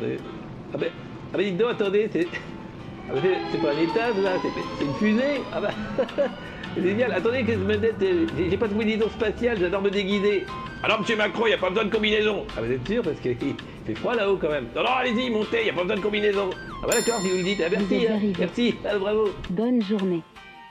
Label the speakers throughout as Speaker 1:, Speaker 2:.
Speaker 1: attendez. Ah ben dites donc, attendez, c'est... Ah ben c'est pas un étage là, c'est une fusée. Ah bah c'est génial. Attendez que je me mette, j'ai pas de combinaison spatiale, j'adore me déguiser. Alors monsieur Macron, il a pas besoin de combinaison. Ah vous êtes sûr parce qu'il fait froid là-haut quand même. Non, non, allez-y, montez, il a pas besoin de combinaison. Ah bah d'accord, si vous le dites. Ah merci, hein, merci, ah, bravo.
Speaker 2: Bonne journée.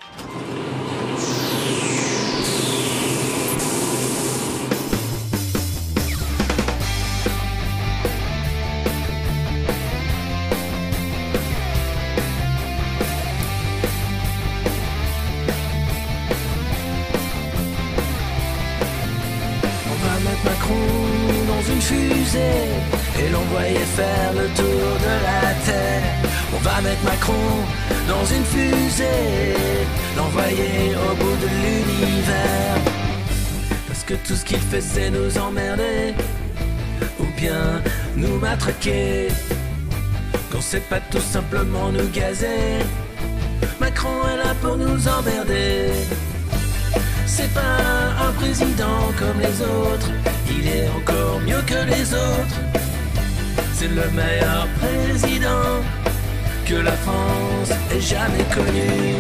Speaker 3: Et l'envoyer faire le tour de la Terre. On va mettre Macron dans une fusée, l'envoyer au bout de l'univers. Parce que tout ce qu'il fait c'est nous emmerder, ou bien nous matraquer. Qu'on sait pas tout simplement nous gazer. Macron est là pour nous emmerder. C'est pas un président comme les autres, il est encore mieux que les autres. C'est le meilleur président que la France ait jamais connu.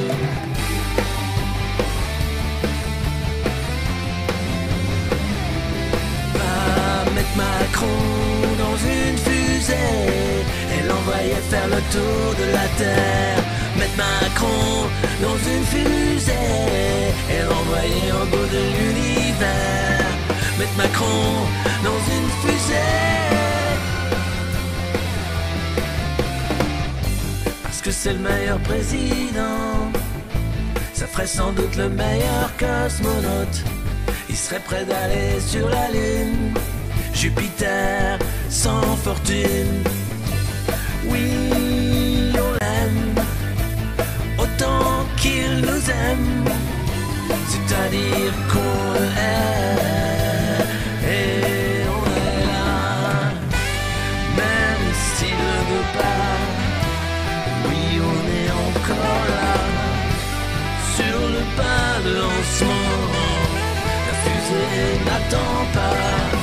Speaker 3: Va mettre Macron dans une fusée et l'envoyer faire le tour de la Terre. Mettre Macron dans une fusée et l'envoyer au bout de l'univers. Mettre Macron dans une fusée. Parce que c'est le meilleur président. Ça ferait sans doute le meilleur cosmonaute. Il serait prêt d'aller sur la Lune. Jupiter sans fortune. Oui, on l'aime autant qu'il nous aime. C'est-à-dire qu'on l'aime et on est là, même s'il ne veut pas. Oui, on est encore là, sur le pas de lancement. La fusée n'attend pas.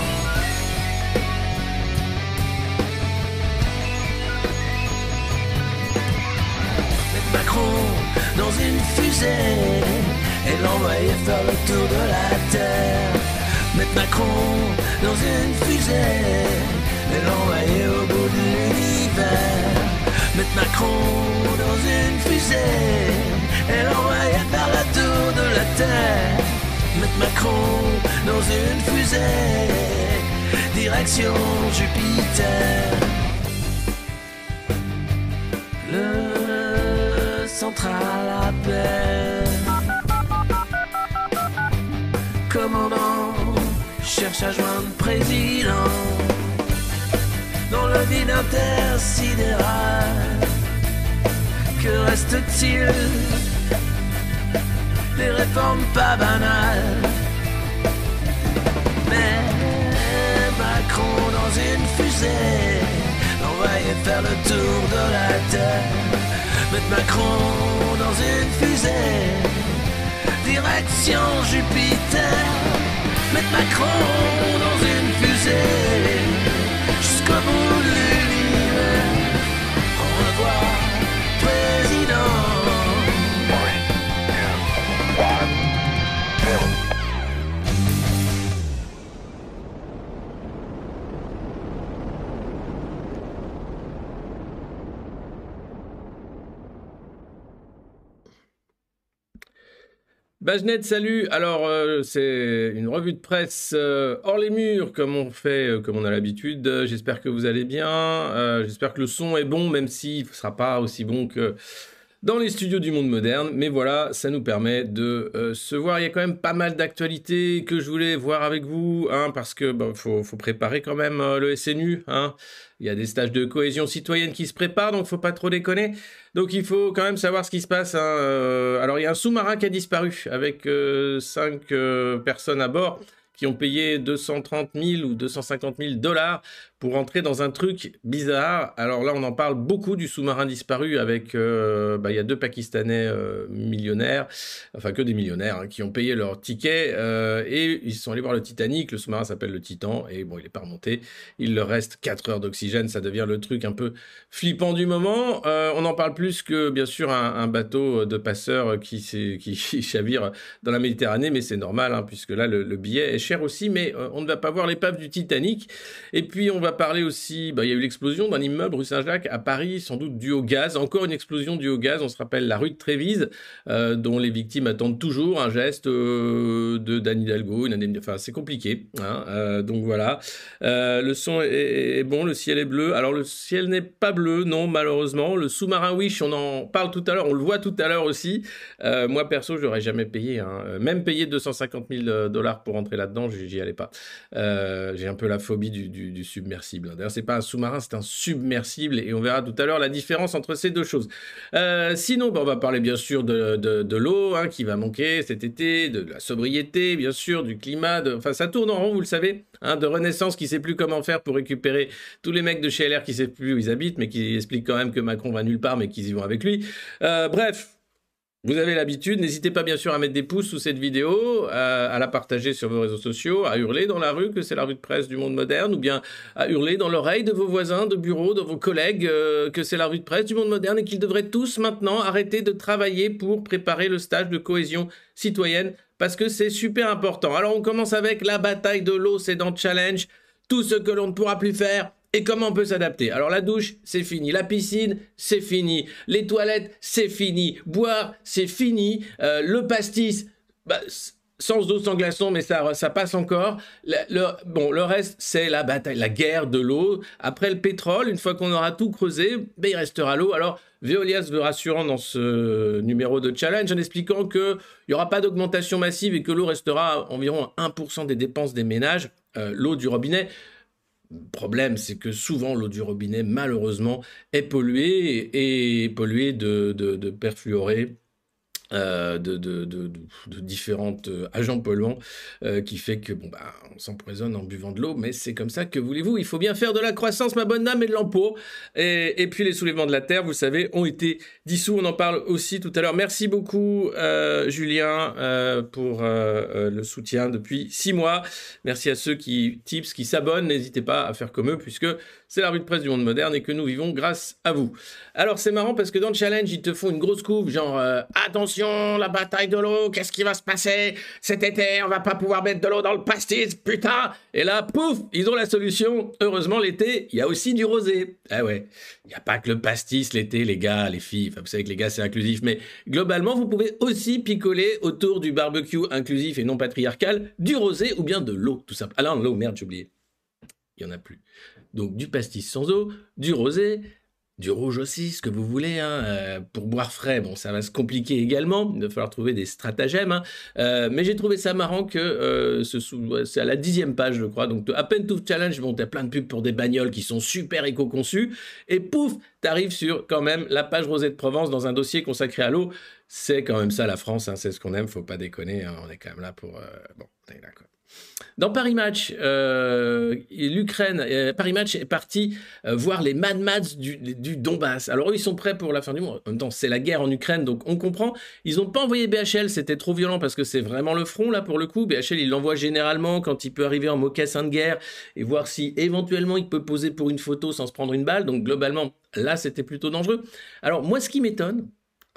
Speaker 3: Mettre Macron dans une fusée et l'envoyer faire le tour de la Terre. Mettre Macron dans une fusée et l'envoyer au bout de l'univers. Mettre Macron dans une fusée et l'envoyer faire le tour de la Terre. Mettre Macron dans une fusée, direction Jupiter. Le central appelle. Commandant cherche à joindre président dans le vide intersidéral. Que reste-t-il? Des réformes pas banales. Mais Macron dans une fusée, l'envoyer faire le tour de la Terre. Mettre Macron dans une fusée, direction Jupiter. Mettre Macron dans une fusée, jusqu'au bout de l'univers. Au revoir, président.
Speaker 4: Bajnet, salut. Alors, c'est une revue de presse hors les murs, comme on fait, comme on a l'habitude. J'espère que vous allez bien. J'espère que le son est bon, même s'il ne sera pas aussi bon que dans les studios du monde moderne. Mais voilà, ça nous permet de se voir. Il y a quand même pas mal d'actualités que je voulais voir avec vous, hein, parce que faut préparer quand même le SNU. Hein. Il y a des stages de cohésion citoyenne qui se préparent, donc faut pas trop déconner. Donc il faut quand même savoir ce qui se passe. Hein. Alors il y a un sous-marin qui a disparu avec 5 personnes à bord qui ont payé 230 000 ou 250 000 $ pour entrer dans un truc bizarre. Alors là, on en parle beaucoup du sous-marin disparu avec, il y a 2 Pakistanais millionnaires, enfin que des millionnaires, hein, qui ont payé leur ticket et ils sont allés voir le Titanic. Le sous-marin s'appelle le Titan et bon, il n'est pas remonté. Il leur reste 4 heures d'oxygène. Ça devient le truc un peu flippant du moment. On en parle plus que, bien sûr, un bateau de passeurs qui chavire dans la Méditerranée, mais c'est normal, hein, puisque là, le billet est cher aussi, mais on ne va pas voir l'épave du Titanic. Et puis, on va parler aussi, il y a eu l'explosion d'un immeuble rue Saint-Jacques à Paris, sans doute due au gaz. Encore une explosion due au gaz. On se rappelle la rue de Trévise, dont les victimes attendent toujours un geste de d'Anne Hidalgo. Enfin, c'est compliqué, hein, donc voilà. Le son est bon, le ciel est bleu. Alors, le ciel n'est pas bleu, non, malheureusement. Le sous-marin Wish, on en parle tout à l'heure, on le voit tout à l'heure aussi. Moi, perso, je n'aurais jamais payé. Hein. Même payer 250 000 $ pour rentrer là-dedans, j'y allais pas. J'ai un peu la phobie du submersible. D'ailleurs, c'est pas un sous-marin, c'est un submersible. Et on verra tout à l'heure la différence entre ces deux choses. Sinon, on va parler bien sûr de l'eau, hein, qui va manquer cet été, de la sobriété, bien sûr, du climat. Enfin, ça tourne en rond, vous le savez. Hein, de Renaissance qui sait plus comment faire pour récupérer tous les mecs de chez LR qui savent plus où ils habitent, mais qui expliquent quand même que Macron va nulle part, mais qu'ils y vont avec lui. Bref. Vous avez l'habitude, n'hésitez pas bien sûr à mettre des pouces sous cette vidéo, à la partager sur vos réseaux sociaux, à hurler dans la rue que c'est la revue de presse du monde moderne, ou bien à hurler dans l'oreille de vos voisins de bureau, de vos collègues, que c'est la revue de presse du monde moderne et qu'ils devraient tous maintenant arrêter de travailler pour préparer le stage de cohésion citoyenne, parce que c'est super important. Alors on commence avec la bataille de l'eau, c'est dans Challenge, tout ce que l'on ne pourra plus faire. Et comment on peut s'adapter? Alors la douche, c'est fini. La piscine, c'est fini. Les toilettes, c'est fini. Boire, c'est fini. Le pastis, sans d'eau, sans glaçon, mais ça passe encore. Le reste, c'est la bataille, la guerre de l'eau. Après le pétrole, une fois qu'on aura tout creusé, il restera l'eau. Alors, Veolia se veut rassurant dans ce numéro de Challenge en expliquant qu'il n'y aura pas d'augmentation massive et que l'eau restera à environ 1% des dépenses des ménages, l'eau du robinet. Le problème, c'est que souvent, l'eau du robinet, malheureusement, est polluée et polluée de perfluorés, de différents agents polluants qui fait que on s'empoisonne en buvant de l'eau, mais c'est comme ça, que voulez-vous, il faut bien faire de la croissance, ma bonne dame, et de l'impôt. Et puis les soulèvements de la terre, vous savez, ont été dissous, on en parle aussi tout à l'heure. Merci beaucoup Julien pour le soutien depuis 6 mois. Merci à ceux qui s'abonnent, n'hésitez pas à faire comme eux, puisque c'est la revue de presse du monde moderne et que nous vivons grâce à vous. Alors c'est marrant parce que dans le challenge, ils te font une grosse couve, genre attention, la bataille de l'eau, qu'est-ce qui va se passer cet été? On va pas pouvoir mettre de l'eau dans le pastis, putain! Et là, pouf, ils ont la solution. Heureusement, l'été, il y a aussi du rosé. Ah ouais, il n'y a pas que le pastis l'été, les gars, les filles. Enfin, vous savez que les gars, c'est inclusif, mais globalement, vous pouvez aussi picoler autour du barbecue inclusif et non patriarcal du rosé ou bien de l'eau, tout ça. Ah non, l'eau, merde, j'ai oublié. Il n'y en a plus. Donc du pastis sans eau, du rosé, du rouge aussi, ce que vous voulez, hein, pour boire frais. Bon, ça va se compliquer également, il va falloir trouver des stratagèmes, hein. Mais j'ai trouvé ça marrant que c'est à la 10e page, je crois. Donc à peine tout challenge, bon, t'as plein de pubs pour des bagnoles qui sont super éco-conçues, et pouf, t'arrives sur quand même la page Rosée de Provence dans un dossier consacré à l'eau. C'est quand même ça la France, hein, c'est ce qu'on aime, faut pas déconner, hein, on est quand même là pour... bon, on est là, quoi. Dans Paris Match, l'Ukraine, Paris Match est parti voir les Mad Mads du Donbass. Alors eux, ils sont prêts pour la fin du monde. En même temps, c'est la guerre en Ukraine, donc on comprend. Ils n'ont pas envoyé BHL, c'était trop violent parce que c'est vraiment le front, là, pour le coup. BHL, il l'envoie généralement quand il peut arriver en mocassin de guerre et voir si, éventuellement, il peut poser pour une photo sans se prendre une balle. Donc, globalement, là, c'était plutôt dangereux. Alors, moi, ce qui m'étonne...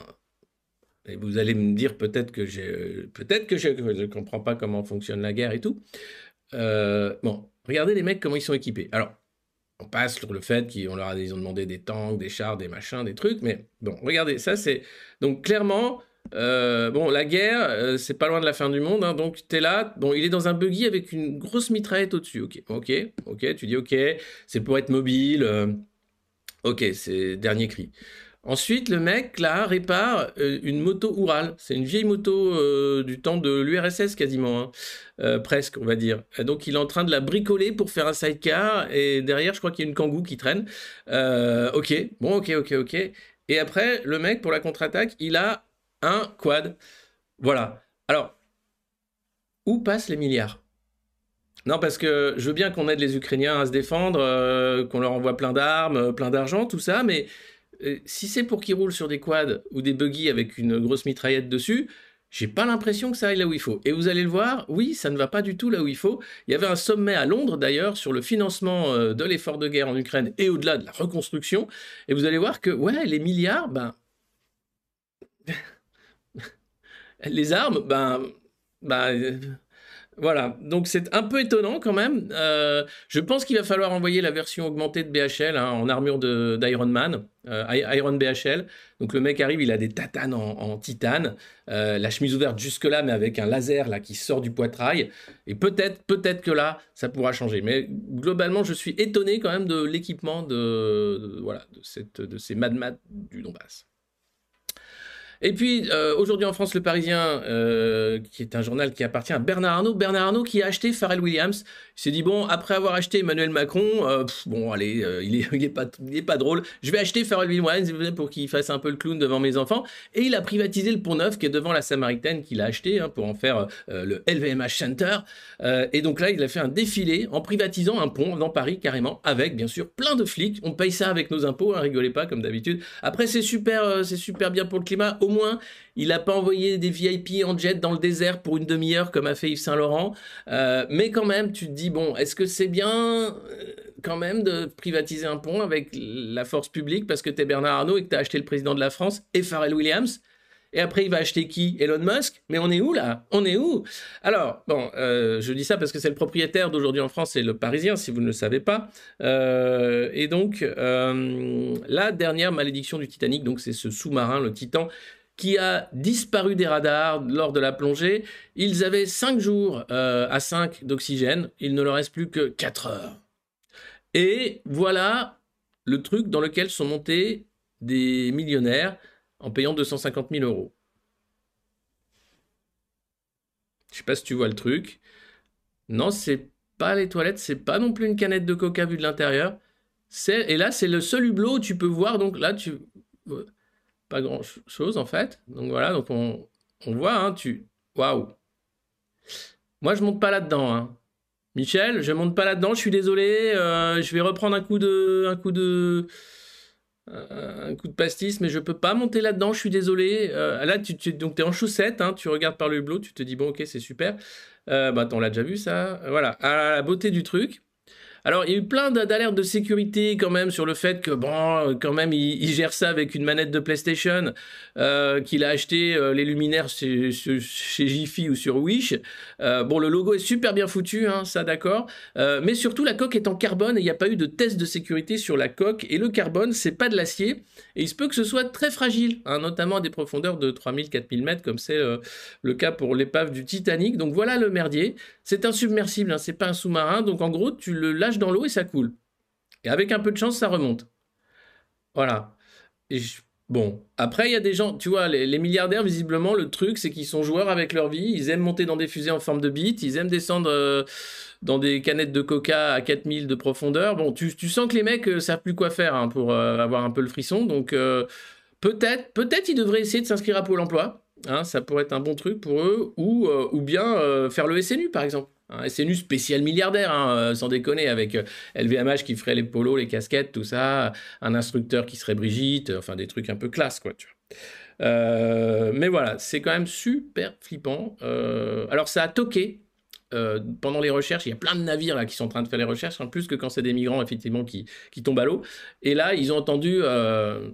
Speaker 4: Et vous allez me dire peut-être que je ne comprends pas comment fonctionne la guerre et tout. Bon, regardez les mecs comment ils sont équipés. Alors, on passe sur le fait qu'ils ont demandé des tanks, des chars, des machins, des trucs, mais bon, regardez, ça c'est... Donc clairement, bon, la guerre, c'est pas loin de la fin du monde, hein, donc t'es là, bon, il est dans un buggy avec une grosse mitraillette au-dessus, ok, tu dis ok, c'est pour être mobile, ok, c'est dernier cri. Ensuite, le mec, là, répare une moto Oural. C'est une vieille moto du temps de l'URSS quasiment, hein. Presque, on va dire. Donc, il est en train de la bricoler pour faire un sidecar. Et derrière, je crois qu'il y a une Kangoo qui traîne. Ok. Et après, le mec, pour la contre-attaque, il a un quad. Voilà. Alors, où passent les milliards ? Non, parce que je veux bien qu'on aide les Ukrainiens à se défendre, qu'on leur envoie plein d'armes, plein d'argent, tout ça, mais si c'est pour qu'ils roulent sur des quads ou des buggy avec une grosse mitraillette dessus, j'ai pas l'impression que ça aille là où il faut. Et vous allez le voir, oui, ça ne va pas du tout là où il faut. Il y avait un sommet à Londres d'ailleurs sur le financement de l'effort de guerre en Ukraine et au-delà de la reconstruction. Et vous allez voir que, ouais, les milliards, ben, les armes, voilà, donc c'est un peu étonnant quand même. Je pense qu'il va falloir envoyer la version augmentée de BHL en armure d'Iron Man, Iron BHL. Donc le mec arrive, il a des tatanes en titane, la chemise ouverte jusque-là, mais avec un laser là qui sort du poitrail. Et peut-être que là, ça pourra changer. Mais globalement, je suis étonné quand même de l'équipement voilà, de ces Mad Mad du Donbass. Et puis, aujourd'hui en France, Le Parisien, qui est un journal qui appartient à Bernard Arnault. Bernard Arnault qui a acheté Pharrell Williams. Il s'est dit, bon, après avoir acheté Emmanuel Macron, bon, allez, il est pas drôle. Je vais acheter Pharrell Williams pour qu'il fasse un peu le clown devant mes enfants. Et il a privatisé le Pont-Neuf, qui est devant la Samaritaine, qu'il a acheté pour en faire le LVMH Center. Et donc là, il a fait un défilé en privatisant un pont dans Paris, carrément, avec, bien sûr, plein de flics. On paye ça avec nos impôts, rigolez pas, comme d'habitude. Après, c'est super bien pour le climat. Au moins, il n'a pas envoyé des VIP en jet dans le désert pour une demi-heure comme a fait Yves Saint-Laurent. Mais quand même, tu te dis, bon, est-ce que c'est bien quand même de privatiser un pont avec la force publique parce que t'es Bernard Arnault et que t'as acheté le président de la France et Pharrell Williams? Et après, il va acheter qui? Elon Musk? Mais on est où là? On est où? Alors, bon, je dis ça parce que c'est le propriétaire d'Aujourd'hui en France, c'est Le Parisien, si vous ne le savez pas. Et donc, la dernière malédiction du Titanic, donc c'est ce sous-marin, le Titan, qui a disparu des radars lors de la plongée. Ils avaient 5 jours à 5 d'oxygène. Il ne leur reste plus que 4 heures. Et voilà le truc dans lequel sont montés des millionnaires en payant 250 000 euros. Je sais pas si tu vois le truc. Non, c'est pas les toilettes, c'est pas non plus une canette de coca vue de l'intérieur. Et là, c'est le seul hublot où tu peux voir, donc là, pas grand chose en fait. Donc voilà, donc on voit, hein, waouh. Moi, je monte pas là-dedans, hein. Michel, je monte pas là-dedans, je suis désolé, je vais reprendre un coup de pastis, mais je peux pas monter là-dedans, je suis désolé. Là, donc t'es en chaussette, hein, tu regardes par le hublot, tu te dis, bon, ok, c'est super. On l'a déjà vu, ça. Voilà, à la beauté du truc. Alors, il y a eu plein d'alertes de sécurité quand même sur le fait que, bon, quand même, il gère ça avec une manette de PlayStation, qu'il a acheté les luminaires chez Jiffy ou sur Wish. Bon, le logo est super bien foutu, hein, ça d'accord. Mais surtout, la coque est en carbone et il n'y a pas eu de test de sécurité sur la coque. Et le carbone, c'est pas de l'acier. Et il se peut que ce soit très fragile, hein, notamment à des profondeurs de 3000-4000 mètres, comme c'est le cas pour l'épave du Titanic. Donc voilà le merdier. C'est un submersible, hein, c'est pas un sous-marin. Donc en gros, tu le lâches dans l'eau et ça coule. Et avec un peu de chance, ça remonte. Voilà. Bon, après, il y a des gens, tu vois, les milliardaires, visiblement, le truc, c'est qu'ils sont joueurs avec leur vie. Ils aiment monter dans des fusées en forme de bite. Ils aiment descendre dans des canettes de coca à 4000 de profondeur. Bon, tu sens que les mecs savent plus quoi faire, hein, pour avoir un peu le frisson. Donc, peut-être ils devraient essayer de s'inscrire à Pôle emploi. Hein, ça pourrait être un bon truc pour eux. Ou bien faire le SNU, par exemple. Un SNU spécial milliardaire, hein, sans déconner, avec LVMH qui ferait les polos, les casquettes, tout ça, un instructeur qui serait Brigitte, enfin des trucs un peu classe, quoi, tu vois. Mais voilà, c'est quand même super flippant. Alors ça a toqué pendant les recherches, il y a plein de navires là qui sont en train de faire les recherches, en plus que quand c'est des migrants, effectivement, qui tombent à l'eau. Et là, ils ont entendu un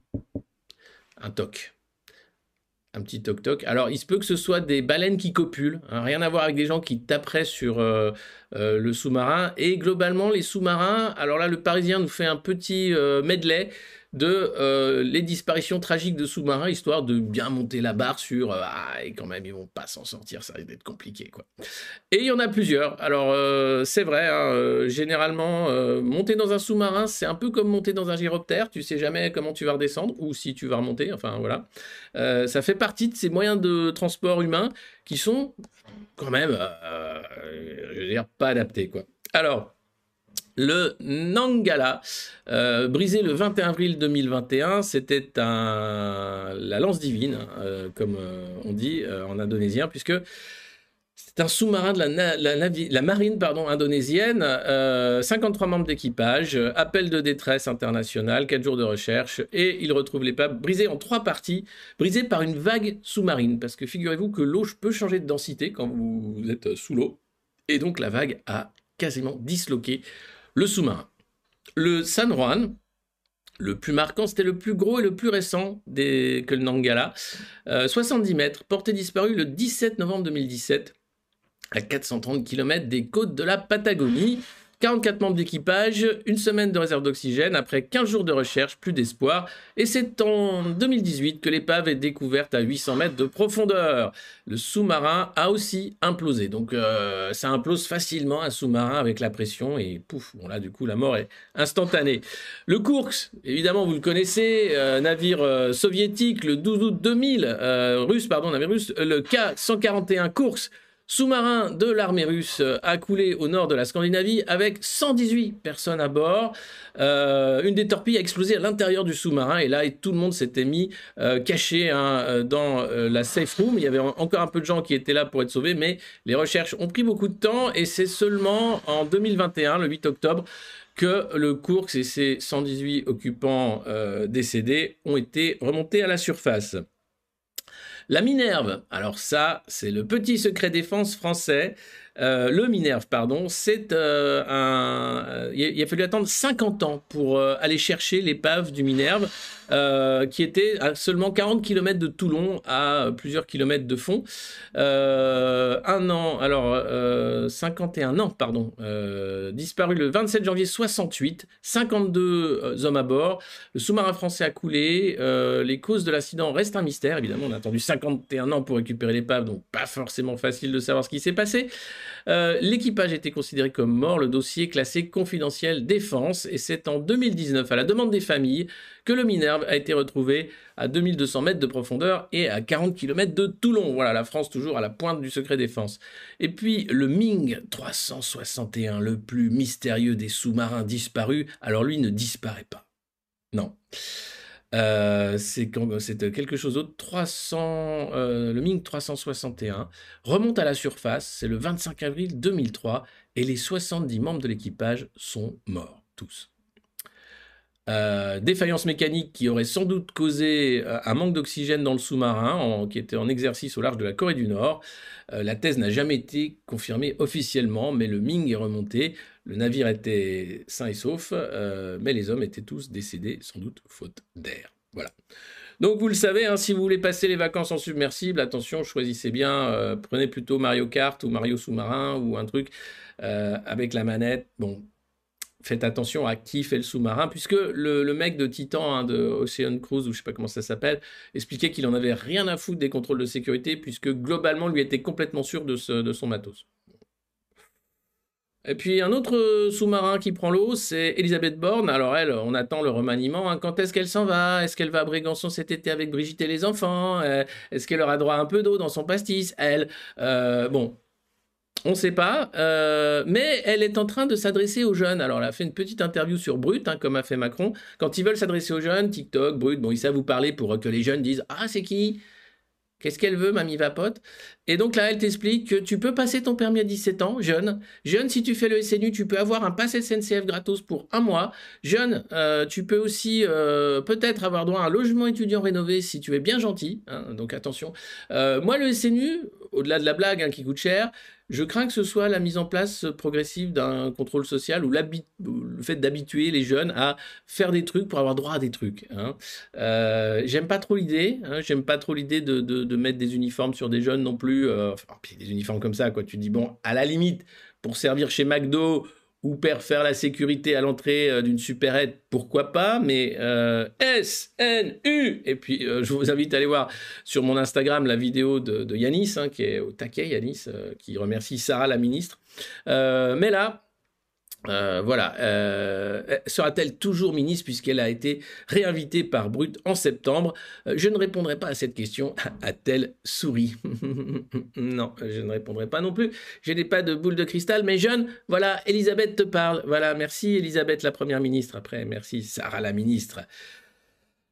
Speaker 4: toc. Un petit toc-toc. Alors, il se peut que ce soit des baleines qui copulent, hein, rien à voir avec des gens qui taperaient sur le sous-marin. Et globalement, les sous-marins, alors là, le Parisien nous fait un petit medley de les disparitions tragiques de sous-marins, histoire de bien monter la barre sur et quand même, ils vont pas s'en sortir, ça risque d'être compliqué, quoi. Et il y en a plusieurs. Alors, c'est vrai, hein, généralement, monter dans un sous-marin, c'est un peu comme monter dans un gyroptère. Tu sais jamais comment tu vas redescendre ou si tu vas remonter. Enfin, voilà. Ça fait partie de ces moyens de transport humain qui sont quand même, je veux dire, pas adaptés, quoi. Alors, le Nanggala, brisé le 21 avril 2021, c'était la lance divine, comme on dit en indonésien, puisque C'est un sous-marin de la marine indonésienne, 53 membres d'équipage, appel de détresse international, 4 jours de recherche, et ils retrouvent l'épave brisée en 3 parties, brisée par une vague sous-marine, parce que figurez-vous que l'eau peut changer de densité quand vous êtes sous l'eau, et donc la vague a quasiment disloqué le sous-marin. Le San Juan, le plus marquant, c'était le plus gros et le plus récent que le Nangala, 70 mètres, porté disparu le 17 novembre 2017, à 430 km des côtes de la Patagonie. 44 membres d'équipage, une semaine de réserve d'oxygène, après 15 jours de recherche, plus d'espoir. Et c'est en 2018 que l'épave est découverte à 800 mètres de profondeur. Le sous-marin a aussi implosé. Donc ça implose facilement un sous-marin avec la pression et pouf, bon là du coup la mort est instantanée. Le Kursk, évidemment vous le connaissez, navire soviétique, le 12 août 2000, navire russe, le K-141 Kursk, sous-marin de l'armée russe, a coulé au nord de la Scandinavie avec 118 personnes à bord. Une des torpilles a explosé à l'intérieur du sous-marin et là, tout le monde s'était mis caché dans la safe room. Il y avait encore un peu de gens qui étaient là pour être sauvés, mais les recherches ont pris beaucoup de temps et c'est seulement en 2021, le 8 octobre, que le Kursk et ses 118 occupants décédés ont été remontés à la surface. La Minerve, alors ça, c'est le petit secret défense français. Le Minerve, pardon, c'est il a fallu attendre 50 ans pour aller chercher l'épave du Minerve, qui était à seulement 40 km de Toulon, à plusieurs kilomètres de fond. 51 ans, pardon, disparu le 27 janvier 68, 52 hommes à bord. Le sous-marin français a coulé. Les causes de l'accident restent un mystère. Évidemment, on a attendu 51 ans pour récupérer l'épave, donc pas forcément facile de savoir ce qui s'est passé. L'équipage était considéré comme mort, le dossier classé confidentiel défense, et c'est en 2019, à la demande des familles, que le Minerve a été retrouvé à 2200 mètres de profondeur et à 40 km de Toulon. Voilà, la France toujours à la pointe du secret défense. Et puis le Ming 361, le plus mystérieux des sous-marins disparus, alors lui ne disparaît pas. Non. C'est quelque chose d'autre. Le Ming 361 remonte à la surface, c'est le 25 avril 2003, et les 70 membres de l'équipage sont morts, tous. Défaillance mécanique qui aurait sans doute causé un manque d'oxygène dans le sous-marin, qui était en exercice au large de la Corée du Nord. La thèse n'a jamais été confirmée officiellement, mais le Ming est remonté. Le navire était sain et sauf, mais les hommes étaient tous décédés, sans doute faute d'air. Voilà. Donc vous le savez, hein, si vous voulez passer les vacances en submersible, attention, choisissez bien, prenez plutôt Mario Kart ou Mario Sous-marin ou un truc avec la manette. Bon, faites attention à qui fait le sous-marin, puisque le mec de Titan, hein, de Ocean Cruise, ou je sais pas comment ça s'appelle, expliquait qu'il en avait rien à foutre des contrôles de sécurité, puisque globalement, lui était complètement sûr de son matos. Et puis un autre sous-marin qui prend l'eau, c'est Elisabeth Borne. Alors elle, on attend le remaniement. Hein. Quand est-ce qu'elle s'en va? Est-ce qu'elle va à Brégançon cet été avec Brigitte et les enfants? Est-ce qu'elle aura droit à un peu d'eau dans son pastis? Bon, on ne sait pas, mais elle est en train de s'adresser aux jeunes. Alors elle a fait une petite interview sur Brut, hein, comme a fait Macron. Quand ils veulent s'adresser aux jeunes, TikTok, Brut, bon, ils savent vous parler pour que les jeunes disent « Ah, c'est qui ? Qu'est-ce qu'elle veut, mamie vapote ?» Et donc là, elle t'explique que tu peux passer ton permis à 17 ans, jeune. Jeune, si tu fais le SNU, tu peux avoir un pass SNCF gratos pour 1 mois. Jeune, tu peux aussi peut-être avoir droit à un logement étudiant rénové si tu es bien gentil. Hein, donc attention. Moi, le SNU, au-delà de la blague hein, qui coûte cher, je crains que ce soit la mise en place progressive d'un contrôle social ou le fait d'habituer les jeunes à faire des trucs pour avoir droit à des trucs. Hein. J'aime pas trop l'idée. Hein, j'aime pas trop l'idée de mettre des uniformes sur des jeunes non plus. Puis des uniformes comme ça, quoi. Tu te dis, bon, à la limite, pour servir chez McDo ou faire la sécurité à l'entrée d'une supérette, pourquoi pas, mais SNU. Et puis, je vous invite à aller voir sur mon Instagram la vidéo de Yanis, hein, qui est au taquet, Yanis, qui remercie Sarah, la ministre. Mais là, voilà, sera-t-elle toujours ministre puisqu'elle a été réinvitée par Brut en septembre? Je ne répondrai pas à cette question, a-t-elle souri? Non, je ne répondrai pas non plus. Je n'ai pas de boule de cristal, mais jeune, voilà, Elisabeth te parle. Voilà, merci Elisabeth la première ministre. Après, merci Sarah la ministre.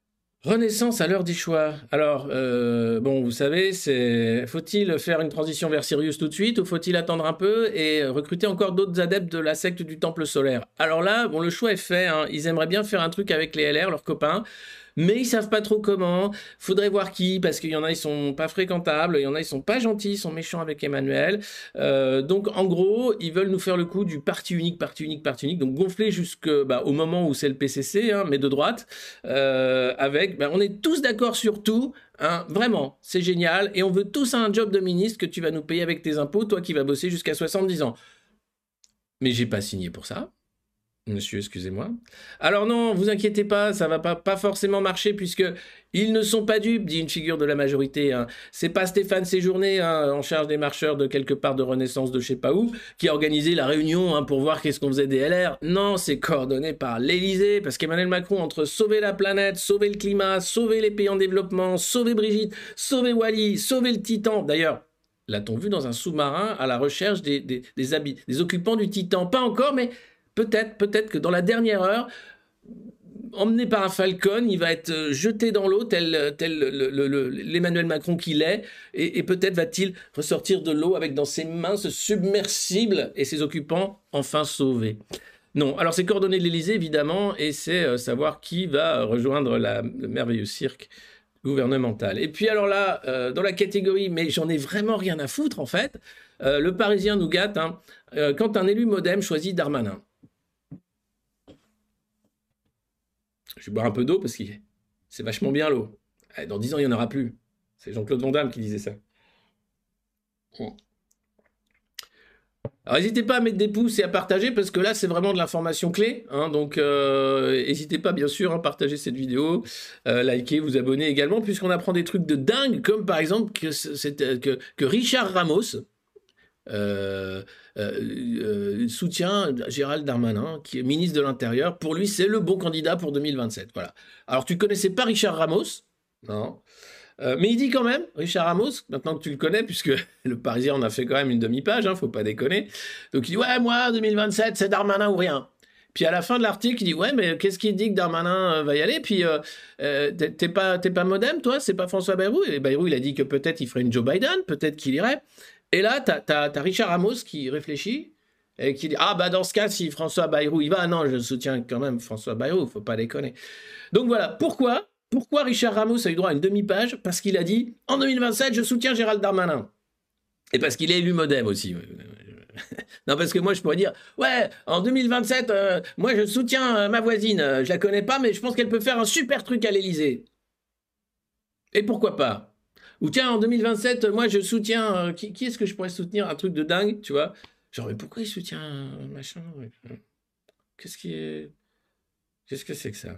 Speaker 4: Renaissance à l'heure des choix. Alors, bon, vous savez, faut-il faire une transition vers Sirius tout de suite ou faut-il attendre un peu et recruter encore d'autres adeptes de la secte du Temple solaire? Alors là, bon, le choix est fait, hein. Ils aimeraient bien faire un truc avec les LR, leurs copains, mais ils savent pas trop comment. Faudrait voir qui, parce qu'il y en a, ils sont pas fréquentables, il y en a, ils sont pas gentils, ils sont méchants avec Emmanuel. Donc, en gros, ils veulent nous faire le coup du parti unique, donc gonfler au moment où c'est le PCC, hein, mais de droite, on est tous d'accord sur tout, hein, vraiment, c'est génial, et on veut tous un job de ministre que tu vas nous payer avec tes impôts, toi qui vas bosser jusqu'à 70 ans. Mais j'ai pas signé pour ça. Monsieur, excusez-moi. Alors non, vous inquiétez pas, ça va pas forcément marcher puisque ils ne sont pas dupes, dit une figure de la majorité. Hein. C'est pas Stéphane Séjourné, hein, en charge des marcheurs de quelque part de Renaissance de je sais pas où, qui a organisé la réunion, hein, pour voir qu'est-ce qu'on faisait des LR. Non, c'est coordonné par l'Élysée, parce qu'Emmanuel Macron, entre sauver la planète, sauver le climat, sauver les pays en développement, sauver Brigitte, sauver Wally, sauver le Titan. D'ailleurs, l'a-t-on vu dans un sous-marin à la recherche des occupants du Titan? Pas encore, mais peut-être que dans la dernière heure, emmené par un Falcon, il va être jeté dans l'eau, tel l'Emmanuel Macron qu'il est, et peut-être va-t-il ressortir de l'eau avec dans ses mains ce submersible et ses occupants enfin sauvés. Non, alors c'est coordonné de l'Élysée, évidemment, et c'est savoir qui va rejoindre le merveilleux cirque gouvernemental. Et puis alors là, dans la catégorie, mais j'en ai vraiment rien à foutre en fait, le Parisien nous gâte, hein, quand un élu MoDem choisit Darmanin. Je vais boire un peu d'eau parce que c'est vachement bien l'eau. Dans 10 ans, il n'y en aura plus. C'est Jean-Claude Van Damme qui disait ça. Alors, n'hésitez pas à mettre des pouces et à partager parce que là, c'est vraiment de l'information clé. Hein, donc, n'hésitez pas, bien sûr, à partager cette vidéo, liker, vous abonner également, puisqu'on apprend des trucs de dingue, comme par exemple que Richard Ramos soutient Gérald Darmanin, qui est ministre de l'Intérieur. Pour lui, c'est le bon candidat pour 2027. Voilà. Alors, tu connaissais pas Richard Ramos? Non. Mais il dit quand même, Richard Ramos, maintenant que tu le connais, puisque le Parisien en a fait quand même une demi-page, hein, faut pas déconner. Donc il dit, ouais, moi, 2027, c'est Darmanin ou rien. Puis à la fin de l'article, il dit, ouais, mais qu'est-ce qui dit que Darmanin va y aller? Puis t'es pas MoDem, toi? C'est pas François Bayrou? Et Bayrou, il a dit que peut-être il ferait une Joe Biden, peut-être qu'il irait. Et là, t'as Richard Ramos qui réfléchit et qui dit, ah bah dans ce cas, si François Bayrou y va, non, je soutiens quand même François Bayrou, faut pas déconner. Donc voilà, pourquoi Richard Ramos a eu droit à une demi-page? Parce qu'il a dit, en 2027, je soutiens Gérald Darmanin. Et parce qu'il est élu MoDem aussi. Non, parce que moi, je pourrais dire, ouais, en 2027, moi, je soutiens ma voisine. Je la connais pas, mais je pense qu'elle peut faire un super truc à l'Élysée. Et pourquoi pas? Ou tiens, en 2027, moi, je soutiens... qui est-ce que je pourrais soutenir? Un truc de dingue, tu vois? Genre, mais pourquoi il soutient un machin? Qu'est-ce que c'est que ça?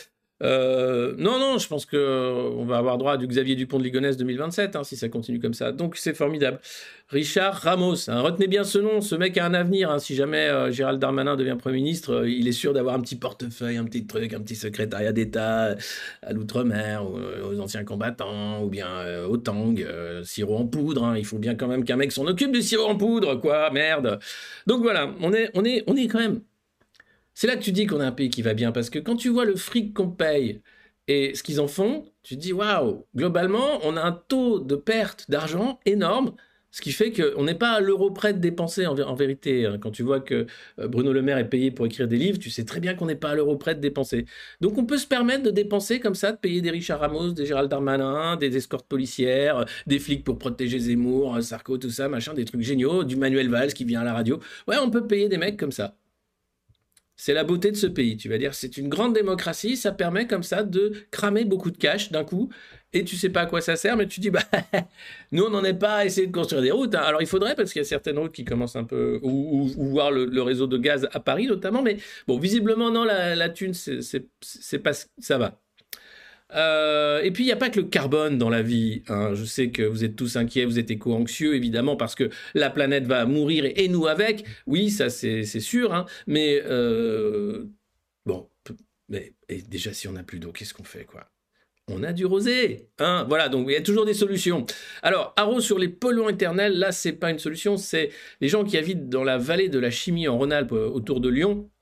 Speaker 4: Non, je pense qu'on va avoir droit à du Xavier Dupont de Ligonnès 2027, hein, si ça continue comme ça. Donc c'est formidable. Richard Ramos, hein, retenez bien ce nom, ce mec a un avenir. Hein, si jamais Gérald Darmanin devient Premier ministre, il est sûr d'avoir un petit portefeuille, un petit truc, un petit secrétariat d'État à l'outre-mer, aux anciens combattants, ou bien au Tang, sirop en poudre. Hein, il faut bien quand même qu'un mec s'en occupe du sirop en poudre, quoi, merde. Donc voilà, on est quand même... C'est là que tu dis qu'on a un pays qui va bien, parce que quand tu vois le fric qu'on paye et ce qu'ils en font, tu te dis, waouh, globalement, on a un taux de perte d'argent énorme, ce qui fait qu'on n'est pas à l'euro près de dépenser en vérité. Quand tu vois que Bruno Le Maire est payé pour écrire des livres, tu sais très bien qu'on n'est pas à l'euro près de dépenser. Donc on peut se permettre de dépenser comme ça, de payer des Richard Ramos, des Gérald Darmanin, des escortes policières, des flics pour protéger Zemmour, Sarko, tout ça, machin, des trucs géniaux, du Manuel Valls qui vient à la radio. Ouais, on peut payer des mecs comme ça. C'est la beauté de ce pays. Tu vas dire, c'est une grande démocratie, ça permet comme ça de cramer beaucoup de cash d'un coup, et tu sais pas à quoi ça sert, mais tu dis, bah, nous on n'en est pas à essayer de construire des routes. Hein. Alors il faudrait, parce qu'il y a certaines routes qui commencent un peu, ou voir le réseau de gaz à Paris notamment, mais bon, visiblement, non, la thune, c'est pas, ça va. Et puis, il n'y a pas que le carbone dans la vie. Hein. Je sais que vous êtes tous inquiets, vous êtes éco-anxieux, évidemment, parce que la planète va mourir et nous avec. Oui, ça, c'est sûr. Hein. Mais, bon, et déjà, si on n'a plus d'eau, qu'est-ce qu'on fait, quoi? On a du rosé. Hein. Voilà, donc il y a toujours des solutions. Alors, haro sur les polluants éternels, là, c'est pas une solution. C'est les gens qui habitent dans la vallée de la Chimie en Rhône-Alpes, autour de Lyon.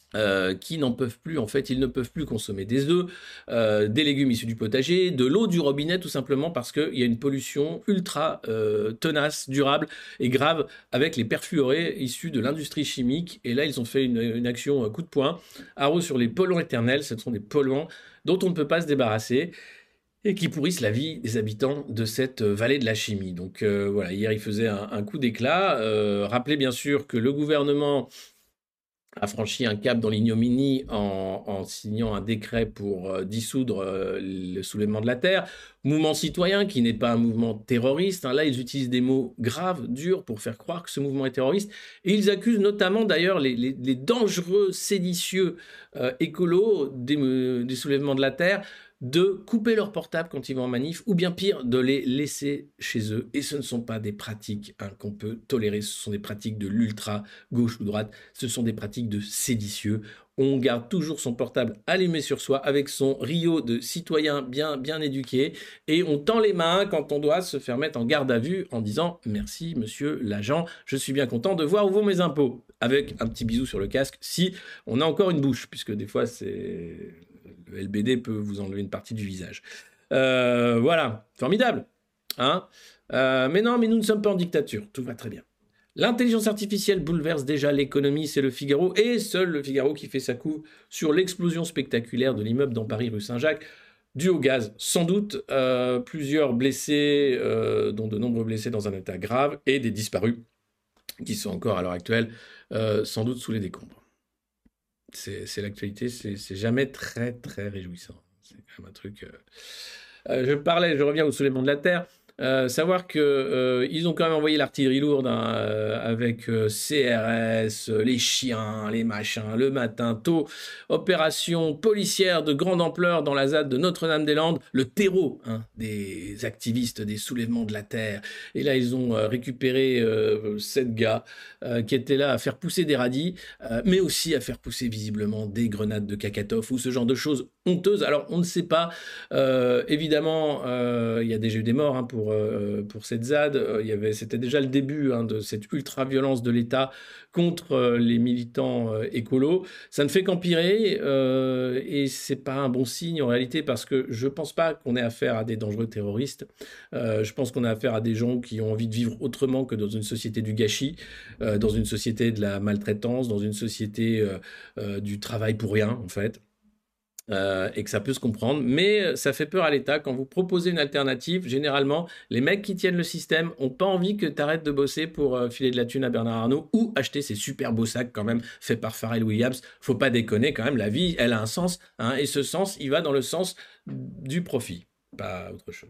Speaker 4: qui n'en peuvent plus, en fait, ils ne peuvent plus consommer des œufs, des légumes issus du potager, de l'eau du robinet, tout simplement parce qu'il y a une pollution ultra tenace, durable et grave avec les perfluorés issus de l'industrie chimique. Et là, ils ont fait une action coup de poing. Haro sur les polluants éternels, ce sont des polluants dont on ne peut pas se débarrasser et qui pourrissent la vie des habitants de cette vallée de la chimie. Donc voilà, hier, il faisait un coup d'éclat. Rappelez bien sûr que le gouvernement a franchi un cap dans l'ignominie en signant un décret pour dissoudre le soulèvement de la Terre. Mouvement citoyen qui n'est pas un mouvement terroriste. Hein. Là, ils utilisent des mots graves, durs, pour faire croire que ce mouvement est terroriste. Et ils accusent notamment d'ailleurs les dangereux séditieux écolos des soulèvements de la Terre de couper leur portable quand ils vont en manif, ou bien pire, de les laisser chez eux. Et ce ne sont pas des pratiques qu'on peut tolérer, ce sont des pratiques de l'ultra gauche ou droite, ce sont des pratiques de séditieux. On garde toujours son portable allumé sur soi avec son Rio de citoyen bien éduqué, et on tend les mains quand on doit se faire mettre en garde à vue en disant « Merci, monsieur l'agent, je suis bien content de voir où vont mes impôts », avec un petit bisou sur le casque si on a encore une bouche, puisque des fois c'est... Le LBD peut vous enlever une partie du visage. Voilà, formidable. Hein, mais non, mais nous ne sommes pas en dictature, tout va très bien. L'intelligence artificielle bouleverse déjà l'économie, c'est Le Figaro, et seul Le Figaro qui fait sa couve sur l'explosion spectaculaire de l'immeuble dans Paris rue Saint-Jacques, dû au gaz, sans doute, plusieurs blessés, dont de nombreux blessés dans un état grave, et des disparus, qui sont encore à l'heure actuelle, sans doute sous les décombres. C'est l'actualité, c'est jamais très très réjouissant. C'est quand même un truc... je reviens au soulèvement de la Terre. Savoir que ils ont quand même envoyé l'artillerie lourde avec CRS, les chiens, les machins, le matin tôt, opération policière de grande ampleur dans la ZAD de Notre-Dame-des-Landes, le terreau des activistes des soulèvements de la Terre. Et là, ils ont récupéré 7 gars qui étaient là à faire pousser des radis, mais aussi à faire pousser visiblement des grenades de Kakatov ou ce genre de choses honteuses. Alors, on ne sait pas. Évidemment, il y a déjà eu des morts pour cette ZAD. C'était déjà le début de cette ultra-violence de l'État contre les militants écolos. Ça ne fait qu'empirer et c'est pas un bon signe en réalité parce que je pense pas qu'on ait affaire à des dangereux terroristes. Je pense qu'on a affaire à des gens qui ont envie de vivre autrement que dans une société du gâchis, dans une société de la maltraitance, dans une société du travail pour rien en fait. Et que ça peut se comprendre, mais ça fait peur à l'État. Quand vous proposez une alternative, généralement, les mecs qui tiennent le système ont pas envie que tu arrêtes de bosser pour filer de la thune à Bernard Arnault ou acheter ces super beaux sacs quand même faits par Pharrell Williams. Faut pas déconner quand même, la vie, elle a un sens, et ce sens, il va dans le sens du profit, pas autre chose.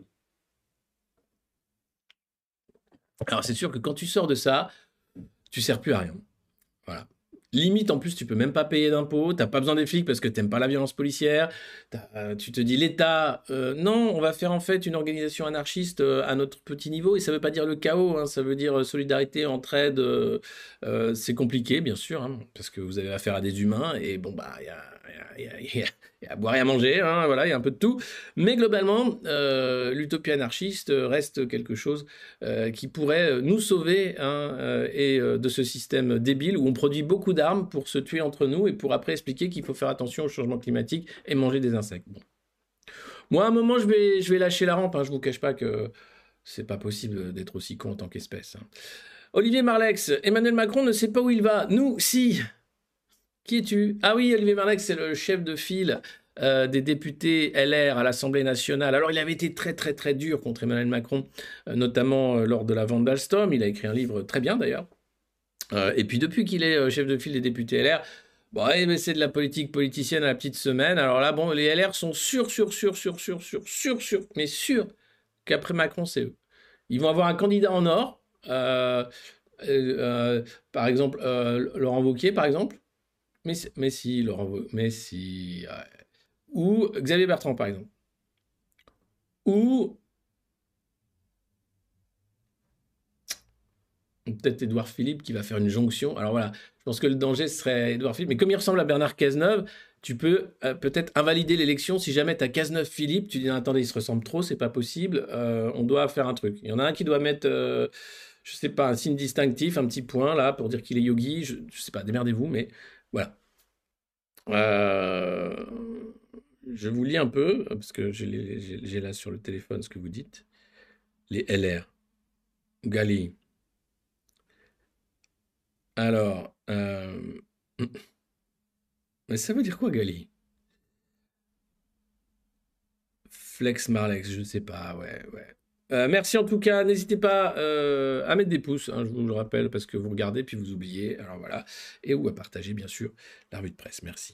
Speaker 4: Alors c'est sûr que quand tu sors de ça, tu sers plus à rien. Voilà. Limite, en plus, tu peux même pas payer d'impôts, t'as pas besoin des flics parce que t'aimes pas la violence policière, tu te dis l'État, non, on va faire en fait une organisation anarchiste à notre petit niveau, et ça veut pas dire le chaos, ça veut dire solidarité, entraide, c'est compliqué, bien sûr, parce que vous avez affaire à des humains, et bon, bah, il y a à boire et à manger, voilà, il y a un peu de tout, mais globalement, l'utopie anarchiste reste quelque chose qui pourrait nous sauver et de ce système débile où on produit beaucoup d'armes pour se tuer entre nous et pour après expliquer qu'il faut faire attention au changement climatique et manger des insectes. Bon. Moi, à un moment, je vais lâcher la rampe, je vous cache pas que c'est pas possible d'être aussi con en tant qu'espèce. Olivier Marlex, Emmanuel Macron ne sait pas où il va. Nous, si. Qui es-tu? Ah oui, Olivier Marlex, c'est le chef de file des députés LR à l'Assemblée nationale. Alors, il avait été très, très, très dur contre Emmanuel Macron, notamment lors de la vente d'Alstom. Il a écrit un livre très bien, d'ailleurs. Et puis, depuis qu'il est chef de file des députés LR, mais c'est de la politique politicienne à la petite semaine. Alors là, bon, les LR sont sûrs qu'après Macron, c'est eux. Ils vont avoir un candidat en or, par exemple, Laurent Wauquiez, par exemple. Mais si, Laurent Wauquiez, ou Xavier Bertrand, par exemple. Ou peut-être Édouard Philippe qui va faire une jonction. Alors voilà, je pense que le danger serait Édouard Philippe. Mais comme il ressemble à Bernard Cazeneuve, tu peux peut-être invalider l'élection si jamais tu as Cazeneuve-Philippe. Tu dis, attendez, ils se ressemblent trop, c'est pas possible. On doit faire un truc. Il y en a un qui doit mettre, je sais pas, un signe distinctif, un petit point là, pour dire qu'il est yogi. Je sais pas, démerdez-vous, mais voilà. Euh, je vous lis un peu, parce que j'ai là sur le téléphone ce que vous dites. Les LR. Gali. Alors, mais ça veut dire quoi, Gali? Flex Marlex, je ne sais pas, ouais, ouais. Merci en tout cas, n'hésitez pas à mettre des pouces, hein, je vous le rappelle, parce que vous regardez puis vous oubliez, alors voilà, et ou à partager bien sûr la revue de presse, merci.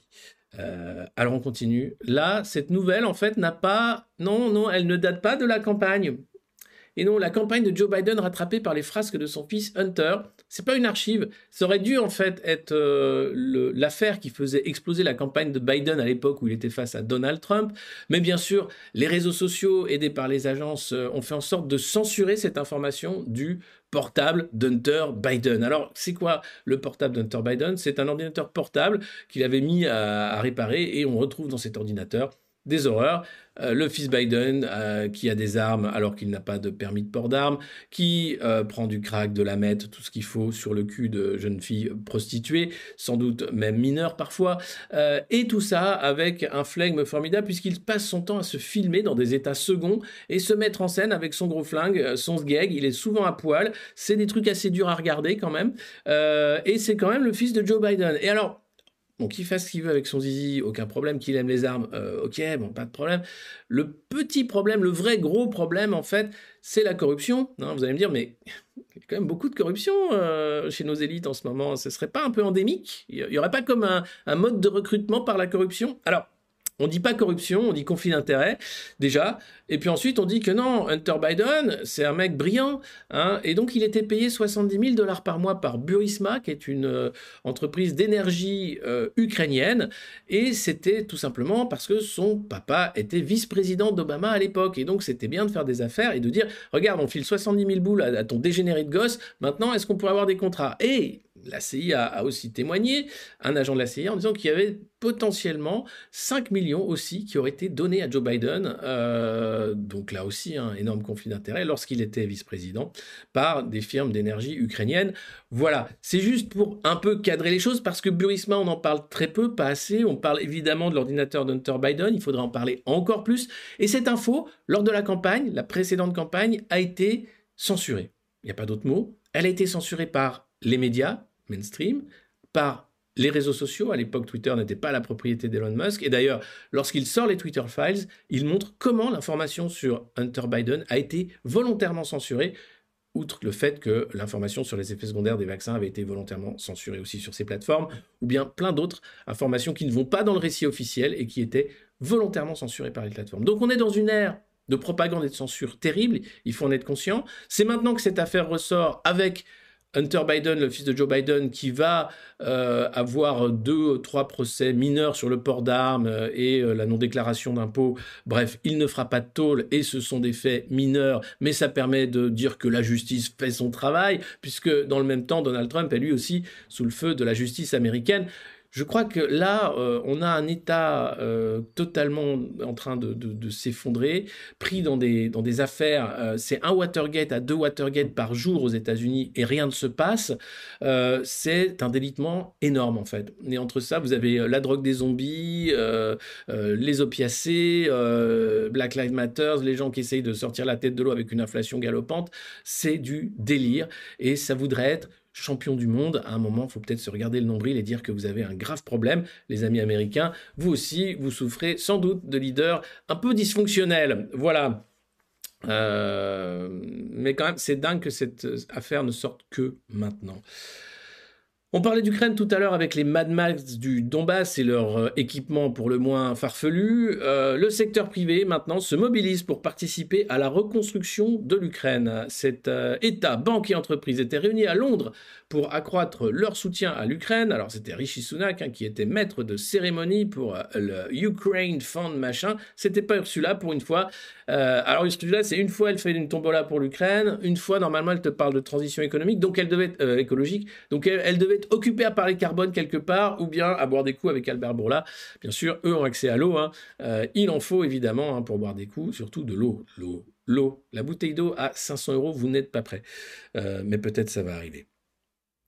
Speaker 4: Alors on continue. Là, cette nouvelle en fait n'a pas, non, non, elle ne date pas de la campagne. Et non, la campagne de Joe Biden rattrapée par les frasques de son fils Hunter, c'est pas une archive. Ça aurait dû en fait être l'affaire qui faisait exploser la campagne de Biden à l'époque où il était face à Donald Trump. Mais bien sûr, les réseaux sociaux aidés par les agences ont fait en sorte de censurer cette information du portable d'Hunter Biden. Alors, c'est quoi le portable d'Hunter Biden? C'est un ordinateur portable qu'il avait mis à réparer et on retrouve dans cet ordinateur des horreurs. Le fils Biden qui a des armes alors qu'il n'a pas de permis de port d'armes, qui prend du crack, de la meth, tout ce qu'il faut sur le cul de jeunes filles prostituées, sans doute même mineures parfois, et tout ça avec un flegme formidable puisqu'il passe son temps à se filmer dans des états seconds et se mettre en scène avec son gros flingue, son sgeg, il est souvent à poil, c'est des trucs assez durs à regarder quand même, et c'est quand même le fils de Joe Biden. Et alors, bon, qu'il fasse ce qu'il veut avec son zizi, aucun problème, qu'il aime les armes, ok, bon, pas de problème. Le petit problème, le vrai gros problème, en fait, c'est la corruption. Hein, vous allez me dire, mais il y a quand même beaucoup de corruption chez nos élites en ce moment. Ce serait pas un peu endémique? Il n'y aurait pas comme un mode de recrutement par la corruption? Alors, on dit pas corruption, on dit conflit d'intérêts, déjà. Et puis ensuite, on dit que non, Hunter Biden, c'est un mec brillant. Hein, et donc, il était payé 70 000 $ par mois par Burisma, qui est une entreprise d'énergie ukrainienne. Et c'était tout simplement parce que son papa était vice-président d'Obama à l'époque. Et donc, c'était bien de faire des affaires et de dire, regarde, on file 70 000 boules à ton dégénéré de gosse. Maintenant, est-ce qu'on pourrait avoir des contrats? Et la CIA a aussi témoigné, un agent de la CIA, en disant qu'il y avait potentiellement 5 millions aussi qui auraient été donnés à Joe Biden, donc là aussi un énorme conflit d'intérêts, lorsqu'il était vice-président, par des firmes d'énergie ukrainiennes. Voilà, c'est juste pour un peu cadrer les choses, parce que Burisma, on en parle très peu, pas assez, on parle évidemment de l'ordinateur d'Hunter Biden, il faudra en parler encore plus, et cette info, lors de la campagne, la précédente campagne, a été censurée. Il n'y a pas d'autre mot, elle a été censurée par les médias, mainstream, par les réseaux sociaux. À l'époque, Twitter n'était pas la propriété d'Elon Musk. Et d'ailleurs, lorsqu'il sort les Twitter Files, il montre comment l'information sur Hunter Biden a été volontairement censurée, outre le fait que l'information sur les effets secondaires des vaccins avait été volontairement censurée aussi sur ces plateformes, ou bien plein d'autres informations qui ne vont pas dans le récit officiel et qui étaient volontairement censurées par les plateformes. Donc on est dans une ère de propagande et de censure terrible, il faut en être conscient. C'est maintenant que cette affaire ressort avec Hunter Biden, le fils de Joe Biden, qui va avoir 2-3 procès mineurs sur le port d'armes et la non-déclaration d'impôts. Bref, il ne fera pas de tôle et ce sont des faits mineurs, mais ça permet de dire que la justice fait son travail, puisque dans le même temps, Donald Trump est lui aussi sous le feu de la justice américaine. Je crois que là, on a un État totalement en train de s'effondrer, pris dans des affaires. C'est un Watergate à 2 Watergate par jour aux États-Unis et rien ne se passe. C'est un délitement énorme, en fait. Et entre ça, vous avez la drogue des zombies, les opiacés, Black Lives Matter, les gens qui essayent de sortir la tête de l'eau avec une inflation galopante. C'est du délire et ça voudrait être champion du monde. À un moment, il faut peut-être se regarder le nombril et dire que vous avez un grave problème, les amis américains. Vous aussi, vous souffrez sans doute de leaders un peu dysfonctionnels. Voilà. Mais quand même, c'est dingue que cette affaire ne sorte que maintenant. On parlait d'Ukraine tout à l'heure avec les Mad Max du Donbass et leur équipement pour le moins farfelu. Le secteur privé, maintenant, se mobilise pour participer à la reconstruction de l'Ukraine. Cet État, banque et entreprises étaient réunis à Londres pour accroître leur soutien à l'Ukraine. Alors, c'était Rishi Sunak qui était maître de cérémonie pour le Ukraine Fund, machin. C'était pas Ursula pour une fois. Alors, Ursula, c'est une fois, elle fait une tombola pour l'Ukraine. Une fois, normalement, elle te parle de transition économique, donc elle devait être écologique. Donc, elle devait être occupée à parler carbone quelque part, ou bien à boire des coups avec Albert Bourla. Bien sûr, eux ont accès à l'eau. Hein. Il en faut, évidemment, hein, pour boire des coups, surtout de l'eau. L'eau. La bouteille d'eau à 500 €, vous n'êtes pas prêt. Mais peut-être ça va arriver.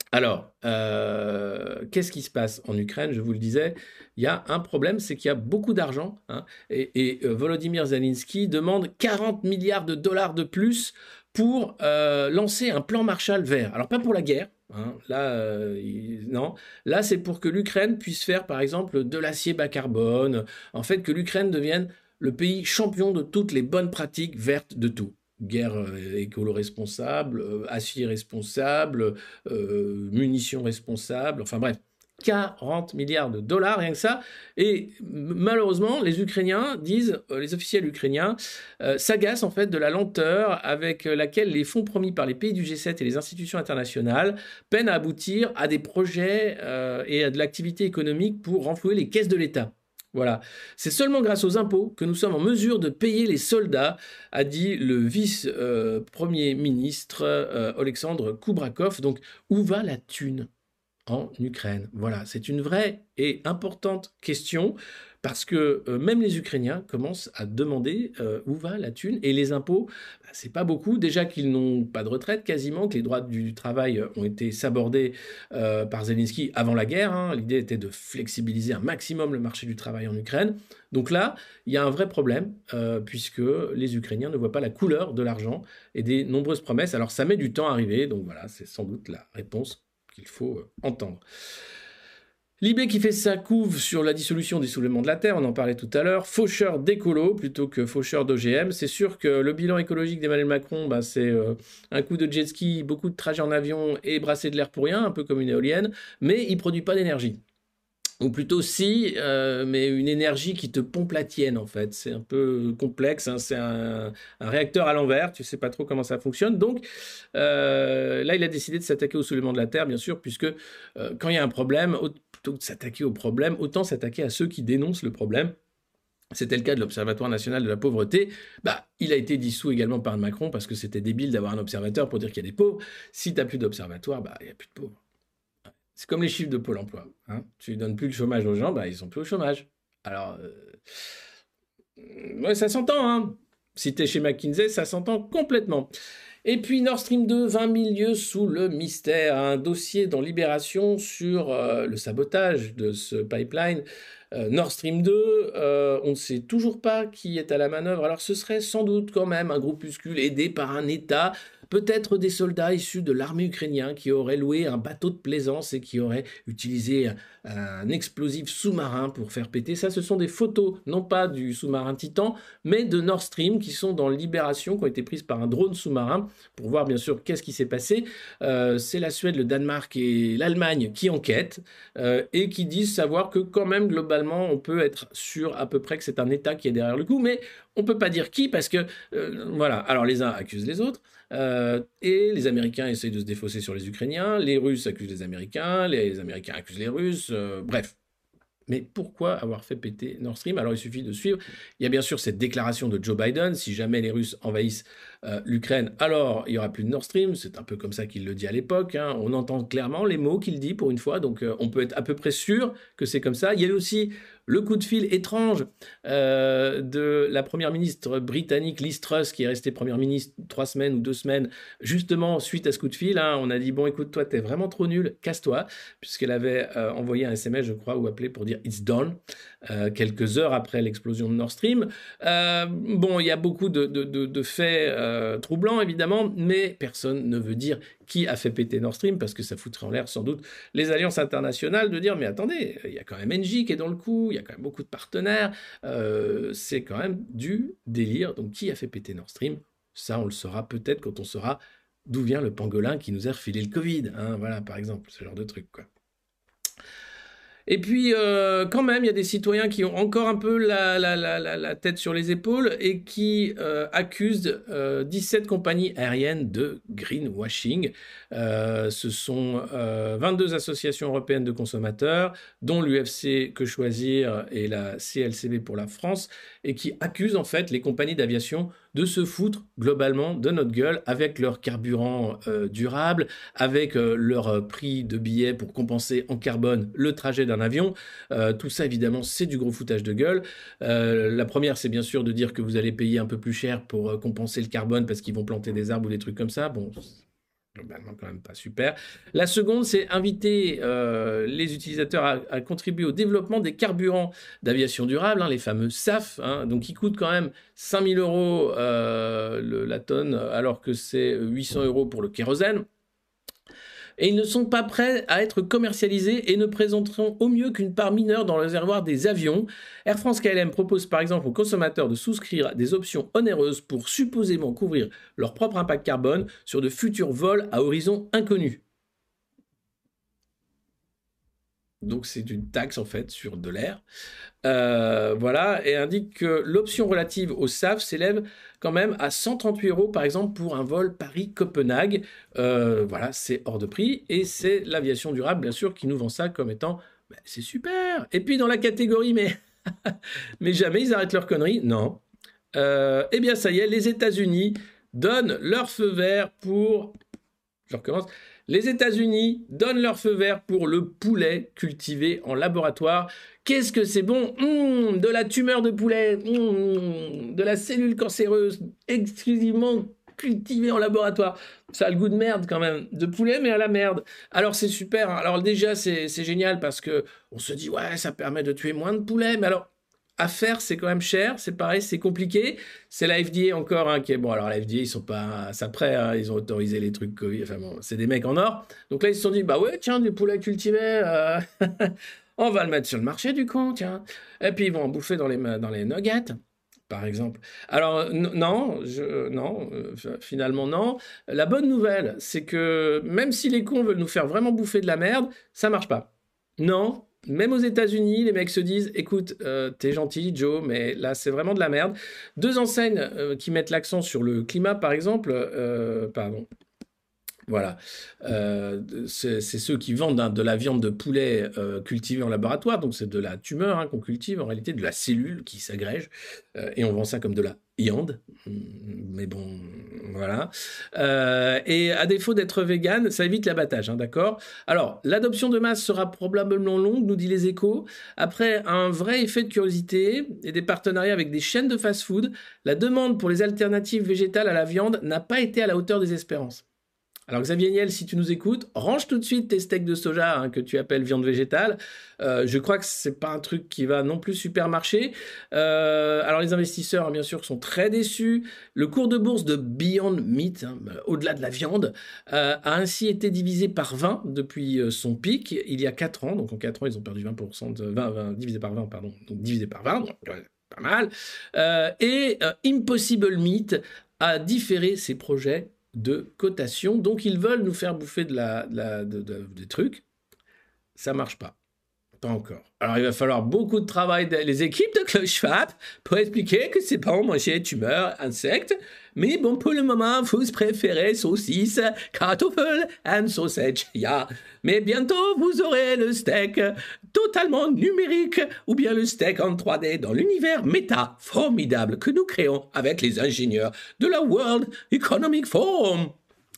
Speaker 4: Alors, qu'est-ce qui se passe en Ukraine? Je vous le disais, il y a un problème, c'est qu'il y a beaucoup d'argent, hein, et Volodymyr Zelensky demande 40 milliards de dollars de plus pour lancer un plan Marshall vert. Alors, pas pour la guerre, hein, là, non. Là, c'est pour que l'Ukraine puisse faire, par exemple, de l'acier bas carbone, en fait, que l'Ukraine devienne le pays champion de toutes les bonnes pratiques vertes de tout. Guerre écolo responsable, acier responsable, munitions responsables, enfin bref, 40 milliards de dollars, rien que ça. Et malheureusement, les Ukrainiens disent, les officiels ukrainiens, s'agacent en fait de la lenteur avec laquelle les fonds promis par les pays du G7 et les institutions internationales peinent à aboutir à des projets et à de l'activité économique pour renflouer les caisses de l'État. Voilà. C'est seulement grâce aux impôts que nous sommes en mesure de payer les soldats, a dit le vice-premier ministre Alexandre Koubrakov. Donc, où va la thune en Ukraine? Voilà, c'est une vraie et importante question parce que même les Ukrainiens commencent à demander où va la thune, et les impôts, bah, c'est pas beaucoup. Déjà qu'ils n'ont pas de retraite quasiment, que les droits du travail ont été sabordés par Zelensky avant la guerre, hein. L'idée était de flexibiliser un maximum le marché du travail en Ukraine. Donc là, il y a un vrai problème puisque les Ukrainiens ne voient pas la couleur de l'argent et des nombreuses promesses. Alors ça met du temps à arriver, donc voilà, c'est sans doute la réponse qu'il faut entendre. Libé qui fait sa couve sur la dissolution des soulèvements de la Terre, on en parlait tout à l'heure, faucheur d'écolo plutôt que faucheur d'OGM. C'est sûr que le bilan écologique d'Emmanuel Macron, bah, c'est un coup de jet ski, beaucoup de trajets en avion et brasser de l'air pour rien, un peu comme une éolienne, mais il ne produit pas d'énergie. Ou plutôt si, mais une énergie qui te pompe la tienne en fait. C'est un peu complexe, hein. C'est un réacteur à l'envers, tu sais pas trop comment ça fonctionne. Donc là, il a décidé de s'attaquer au soulèvement de la Terre, bien sûr, puisque quand il y a un problème, plutôt que de s'attaquer au problème, autant s'attaquer à ceux qui dénoncent le problème. C'était le cas de l'Observatoire national de la pauvreté. Bah, il a été dissous également par Macron parce que c'était débile d'avoir un observateur pour dire qu'il y a des pauvres. Si tu n'as plus d'observatoire, bah, il n'y a plus de pauvres. C'est comme les chiffres de Pôle emploi, hein. Tu ne donnes plus le chômage aux gens, bah, ils sont plus au chômage. Alors, ouais, ça s'entend, hein. Si tu es chez McKinsey, ça s'entend complètement. Et puis Nord Stream 2, 20 000 lieues sous le mystère. Un dossier dans Libération sur le sabotage de ce pipeline. Nord Stream 2, on ne sait toujours pas qui est à la manœuvre. Alors ce serait sans doute quand même un groupuscule aidé par un État, peut-être des soldats issus de l'armée ukrainienne qui auraient loué un bateau de plaisance et qui auraient utilisé un explosif sous-marin pour faire péter. Ça, ce sont des photos, non pas du sous-marin Titan, mais de Nord Stream qui sont dans Libération, qui ont été prises par un drone sous-marin pour voir bien sûr qu'est-ce qui s'est passé. C'est la Suède, le Danemark et l'Allemagne qui enquêtent et qui disent savoir que quand même globalement on peut être sûr à peu près que c'est un État qui est derrière le coup, mais on peut pas dire qui parce que voilà. Alors les uns accusent les autres. Et les Américains essayent de se défausser sur les Ukrainiens, les Russes accusent les Américains accusent les Russes, bref. Mais pourquoi avoir fait péter Nord Stream? Alors il suffit de suivre. Il y a bien sûr cette déclaration de Joe Biden, si jamais les Russes envahissent l'Ukraine, alors il n'y aura plus de Nord Stream. C'est un peu comme ça qu'il le dit à l'époque, hein. On entend clairement les mots qu'il dit pour une fois, donc on peut être à peu près sûr que c'est comme ça. Il y a aussi le coup de fil étrange de la première ministre britannique Liz Truss, qui est restée première ministre 3 semaines ou 2 semaines, justement suite à ce coup de fil, hein. On a dit, bon écoute, toi t'es vraiment trop nul, casse-toi, puisqu'elle avait envoyé un SMS, je crois, ou appelé pour dire « It's done », quelques heures après l'explosion de Nord Stream. Bon, il y a beaucoup de faits troublants, évidemment, mais personne ne veut dire qui a fait péter Nord Stream, parce que ça foutrait en l'air sans doute les alliances internationales de dire mais attendez, il y a quand même Engie qui est dans le coup, il y a quand même beaucoup de partenaires, c'est quand même du délire. Donc qui a fait péter Nord Stream? Ça, on le saura peut-être quand on saura d'où vient le pangolin qui nous a refilé le Covid, hein, voilà, par exemple, ce genre de truc, quoi. Et puis, quand même, il y a des citoyens qui ont encore un peu la tête sur les épaules et qui accusent 17 compagnies aériennes de greenwashing. Ce sont 22 associations européennes de consommateurs, dont l'UFC Que Choisir et la CLCB pour la France, et qui accusent en fait les compagnies d'aviation de se foutre globalement de notre gueule avec leur carburant durable, avec leur prix de billets pour compenser en carbone le trajet d'un avion. Tout ça, évidemment, c'est du gros foutage de gueule. La première, c'est bien sûr de dire que vous allez payer un peu plus cher pour compenser le carbone parce qu'ils vont planter des arbres ou des trucs comme ça. Bon, globalement quand même pas super. La seconde, c'est inviter les utilisateurs à contribuer au développement des carburants d'aviation durable, hein, les fameux SAF, hein, donc qui coûtent quand même 5 000 € la tonne, alors que c'est 800 € pour le kérosène. Et ils ne sont pas prêts à être commercialisés et ne présenteront au mieux qu'une part mineure dans le réservoir des avions. Air France-KLM propose par exemple aux consommateurs de souscrire à des options onéreuses pour supposément couvrir leur propre impact carbone sur de futurs vols à horizon inconnu. Donc c'est une taxe en fait sur de l'air. Voilà, et indique que l'option relative au SAF s'élève quand même à 138 € par exemple pour un vol Paris-Copenhague. Voilà, c'est hors de prix et c'est l'aviation durable bien sûr qui nous vend ça comme étant c'est super. Et puis dans la catégorie mais jamais ils arrêtent leur connerie, non. Eh bien ça y est, les États-Unis donnent leur feu vert pour... Je recommence. Les États-Unis donnent leur feu vert pour le poulet cultivé en laboratoire. Qu'est-ce que c'est bon, de la tumeur de poulet, de la cellule cancéreuse exclusivement cultivée en laboratoire. Ça a le goût de merde quand même, de poulet mais à la merde. Alors c'est super, hein. Alors déjà c'est génial parce que on se dit ouais ça permet de tuer moins de poulets, mais alors à faire, c'est quand même cher, c'est pareil, c'est compliqué. C'est la FDA encore, hein, qui est... Bon, alors la FDA, ils sont pas à ça près, hein, ils ont autorisé les trucs Covid, enfin bon, c'est des mecs en or. Donc là, ils se sont dit, bah ouais, tiens, du poulet cultivé, on va le mettre sur le marché, du con, tiens. Et puis, ils vont en bouffer dans les nuggets, par exemple. Alors, non, finalement, non. La bonne nouvelle, c'est que même si les cons veulent nous faire vraiment bouffer de la merde, ça marche pas. Non. Même aux États-Unis, les mecs se disent écoute, t'es gentil, Joe, mais là, c'est vraiment de la merde. Deux enseignes qui mettent l'accent sur le climat, par exemple, pardon. Voilà, c'est ceux qui vendent de la viande de poulet cultivée en laboratoire, donc c'est de la tumeur hein, qu'on cultive, en réalité de la cellule qui s'agrège, et on vend ça comme de la viande, mais bon, voilà. Et à défaut d'être vegan, ça évite l'abattage, hein, d'accord? Alors, l'adoption de masse sera probablement longue, nous dit les Échos. Après un vrai effet de curiosité et des partenariats avec des chaînes de fast-food, la demande pour les alternatives végétales à la viande n'a pas été à la hauteur des espérances. Alors Xavier Niel, si tu nous écoutes, range tout de suite tes steaks de soja hein, que tu appelles viande végétale. Je crois que c'est pas un truc qui va non plus super marcher. Alors les investisseurs, bien sûr, sont très déçus. Le cours de bourse de Beyond Meat, hein, au-delà de la viande, a ainsi été divisé par 20 depuis son pic il y a 4 ans. Donc en 4 ans, ils ont perdu 20%, 20 divisé par 20, pardon. Donc divisé par 20, donc, pas mal. Et Impossible Meat a différé ses projets de cotation, donc ils veulent nous faire bouffer des trucs, ça marche pas encore. Alors il va falloir beaucoup de travail des équipes de Klaus Schwab pour expliquer que c'est bon manger tumeurs, insectes, mais bon pour le moment vous préférez saucisses, kartoffeln and sausage, yeah. Mais bientôt vous aurez le steak totalement numérique ou bien le steak en 3D dans l'univers méta formidable que nous créons avec les ingénieurs de la World Economic Forum.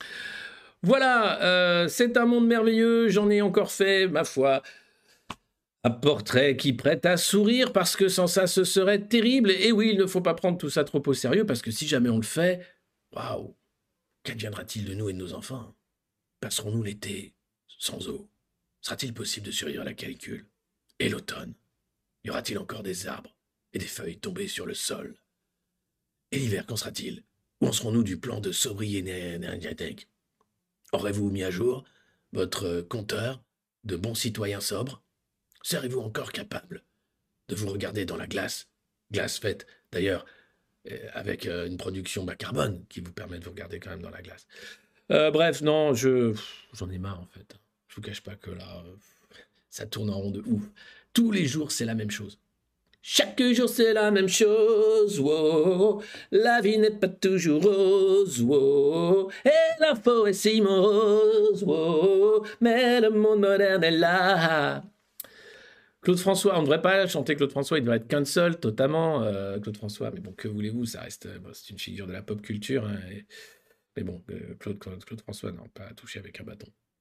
Speaker 4: Voilà, c'est un monde merveilleux, j'en ai encore fait, ma foi, un portrait qui prête à sourire, parce que sans ça, ce serait terrible. Et oui, il ne faut pas prendre tout ça trop au sérieux, parce que si jamais on le fait, waouh, qu'adviendra-t-il de nous et de nos enfants? Passerons-nous l'été sans eau? Sera-t-il possible de survivre à la canicule? Et l'automne? Y aura-t-il encore des arbres et des feuilles tombées sur le sol? Et l'hiver, qu'en sera-t-il? Où en serons-nous du plan de sobriété énergétique? Aurez-vous mis à jour votre compteur de bons citoyens sobres? Serez-vous encore capable de vous regarder dans la glace faite, d'ailleurs, avec une production bas carbone qui vous permet de vous regarder quand même dans la glace. Bref, non, j'en ai marre, en fait. Je vous cache pas que là, ça tourne en rond de ouf. Tous les jours, c'est la même chose. Chaque jour, c'est la même chose, wow. La vie n'est pas toujours rose, wow. Et l'info est si morose, wow. Mais le monde moderne est là. Claude François, on ne devrait pas chanter Claude François, il devrait être cancel totalement, Claude François, mais bon, que voulez-vous, ça reste, c'est une figure de la pop culture, hein, mais bon, Claude François, non, pas touché avec un bâton.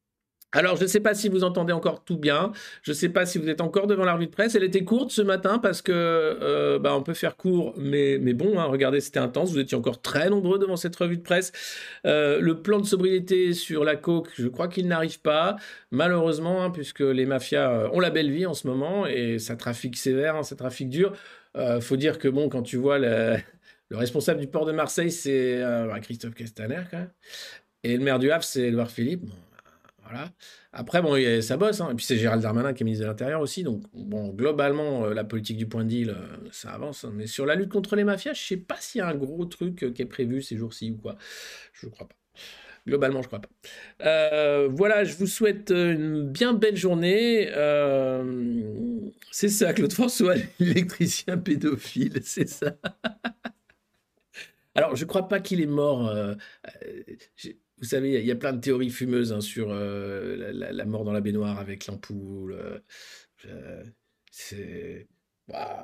Speaker 4: Alors, je ne sais pas si vous entendez encore tout bien. Je ne sais pas si vous êtes encore devant la revue de presse. Elle était courte ce matin parce que on peut faire court, mais bon, hein, regardez, c'était intense. Vous étiez encore très nombreux devant cette revue de presse. Le plan de sobriété sur la coke, je crois qu'il n'arrive pas, malheureusement, hein, puisque les mafias ont la belle vie en ce moment et ça trafique sévère, hein, ça trafique dur. Faut dire que bon, quand tu vois le responsable du port de Marseille, c'est Christophe Castaner, quand même. Et le maire du Havre, c'est Édouard Philippe. Bon, voilà. Après, bon, ça bosse, hein. Et puis c'est Gérald Darmanin qui est ministre de l'Intérieur aussi. Donc, bon, globalement, la politique du point de deal, ça avance, hein. Mais sur la lutte contre les mafias, je sais pas s'il y a un gros truc qui est prévu ces jours-ci ou quoi. Je crois pas. Globalement, je crois pas. Voilà, je vous souhaite une bien belle journée. C'est ça, Claude François, l'électricien pédophile, c'est ça. Alors, je crois pas qu'il est mort. Vous savez, il y a plein de théories fumeuses, hein, sur la mort dans la baignoire avec l'ampoule. C'est... Waouh.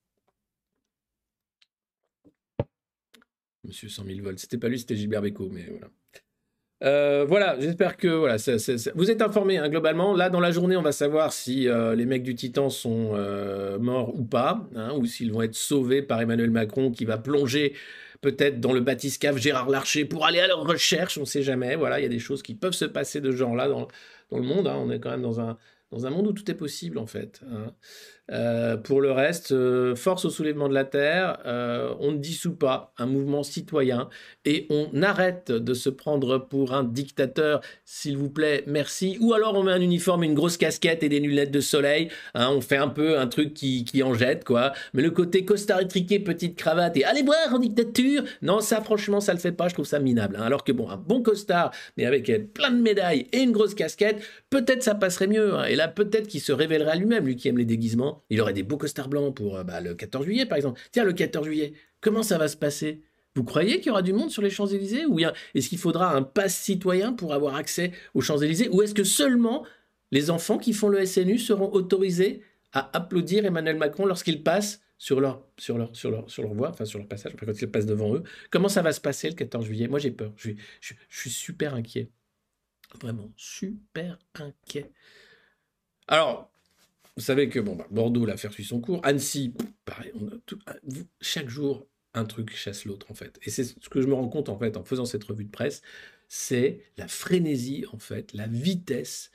Speaker 4: Monsieur 100 000 volts. C'était pas lui, c'était Gilbert Bécaud, mais voilà. Voilà, j'espère que voilà, vous êtes informés, hein, globalement. Là, dans la journée, on va savoir si les mecs du Titan sont morts ou pas, hein, ou s'ils vont être sauvés par Emmanuel Macron qui va plonger peut-être dans le bathyscaphe Gérard Larcher pour aller à leur recherche, on ne sait jamais. Voilà, il y a des choses qui peuvent se passer de ce genre-là dans le monde, hein. On est quand même dans un monde où tout est possible, en fait, hein. Pour le reste, force au soulèvement de la Terre, on ne dissout pas un mouvement citoyen et on arrête de se prendre pour un dictateur, s'il vous plaît, merci. Ou alors on met un uniforme, une grosse casquette et des lunettes de soleil, hein, on fait un peu un truc qui en jette, quoi. Mais le côté costard étriqué, petite cravate et allez voir en dictature, non, ça franchement, ça le fait pas, je trouve ça minable, hein. Alors que bon, un bon costard, mais avec plein de médailles et une grosse casquette, peut-être ça passerait mieux, hein. Et là, peut-être qu'il se révélerait à lui-même, lui qui aime les déguisements. Il aurait des beaux costards blancs pour le 14 juillet, par exemple. Tiens, le 14 juillet, comment ça va se passer? Vous croyez qu'il y aura du monde sur les Champs-Élysées? Ou est-ce qu'il faudra un pass citoyen pour avoir accès aux Champs-Élysées? Ou est-ce que seulement les enfants qui font le SNU seront autorisés à applaudir Emmanuel Macron lorsqu'il passe sur leur voie, enfin sur leur passage, après quand il passe devant eux? Comment ça va se passer le 14 juillet? Moi, j'ai peur. Je suis super inquiet. Vraiment, super inquiet. Alors... Vous savez que Bordeaux, l'affaire suit son cours. Annecy, pareil, chaque jour, un truc chasse l'autre, en fait. Et c'est ce que je me rends compte, en fait, en faisant cette revue de presse, c'est la frénésie, en fait, la vitesse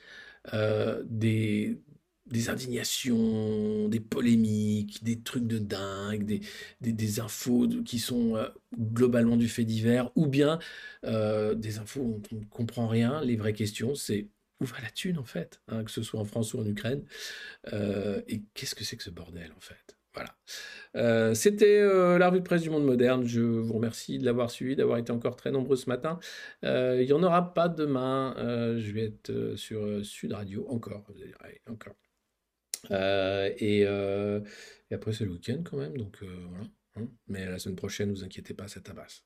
Speaker 4: des indignations, des polémiques, des trucs de dingue, des infos qui sont globalement du fait divers, ou bien des infos dont on ne comprend rien. Les vraies questions, c'est... Où va la thune, en fait, hein, que ce soit en France ou en Ukraine, et qu'est-ce que c'est que ce bordel, en fait? Voilà. C'était la revue de presse du Monde Moderne. Je vous remercie de l'avoir suivi, d'avoir été encore très nombreux ce matin. Il n'y en aura pas demain. Je vais être sur Sud Radio, encore. Encore. Et après, c'est le week-end quand même, donc voilà. Hein. Mais la semaine prochaine, ne vous inquiétez pas, ça tabasse.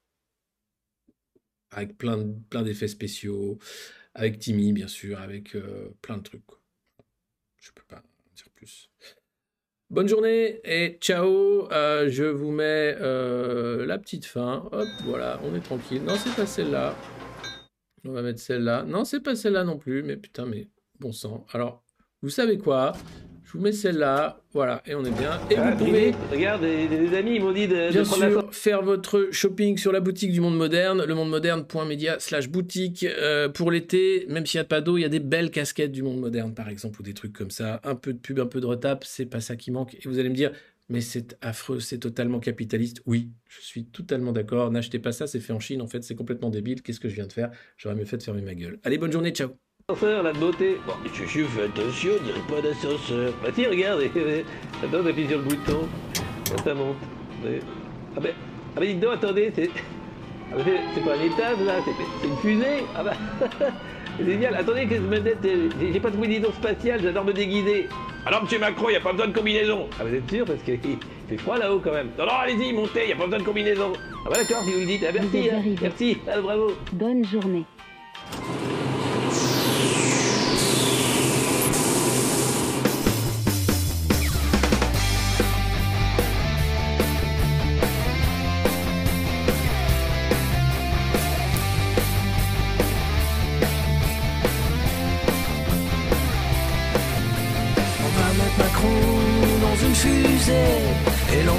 Speaker 4: Avec plein d'effets spéciaux, avec Timmy, bien sûr, avec plein de trucs, quoi. Je peux pas en dire plus. Bonne journée et ciao. Je vous mets la petite fin. Hop, voilà, on est tranquille. Non, c'est pas celle-là. On va mettre celle-là. Non, c'est pas celle-là non plus, mais putain, mais bon sang. Alors, vous savez quoi? Je vous mets celle-là, voilà, et on est bien. Et vous pouvez...
Speaker 1: Regarde, des amis, ils m'ont dit de
Speaker 4: bien
Speaker 1: prendre
Speaker 4: sûr, faire votre shopping sur la boutique du Monde Moderne, lemondemoderne.media/boutique. Pour l'été, même s'il n'y a pas d'eau, il y a des belles casquettes du Monde Moderne, par exemple, ou des trucs comme ça. Un peu de pub, un peu de retape, c'est pas ça qui manque. Et vous allez me dire, mais c'est affreux, c'est totalement capitaliste. Oui, je suis totalement d'accord. N'achetez pas ça, c'est fait en Chine, en fait, c'est complètement débile. Qu'est-ce que je viens de faire? J'aurais mieux fait de fermer ma gueule. Allez, bonne journée, ciao.
Speaker 1: l'ascenseur, la beauté. Bon, je fais attention, on dirait pas d'ascenseur. Bah tiens, regarde, attends, on appuie sur le bouton. Ça monte. Ah ben dites donc, attendez, c'est pas un étage là, c'est une fusée. Ah bah, c'est génial. Attendez que je me mette, j'ai pas de combinaison spatiale, j'adore me déguiser. Alors monsieur Macron, il n'y a pas besoin de combinaison. Ah vous êtes sûr? Parce qu'il fait froid là-haut quand même. Non, allez-y, montez, il n'y a pas besoin de combinaison. Ah bah d'accord, si vous le dites. Ah merci, hein, merci, ah, bravo.
Speaker 2: Bonne journée.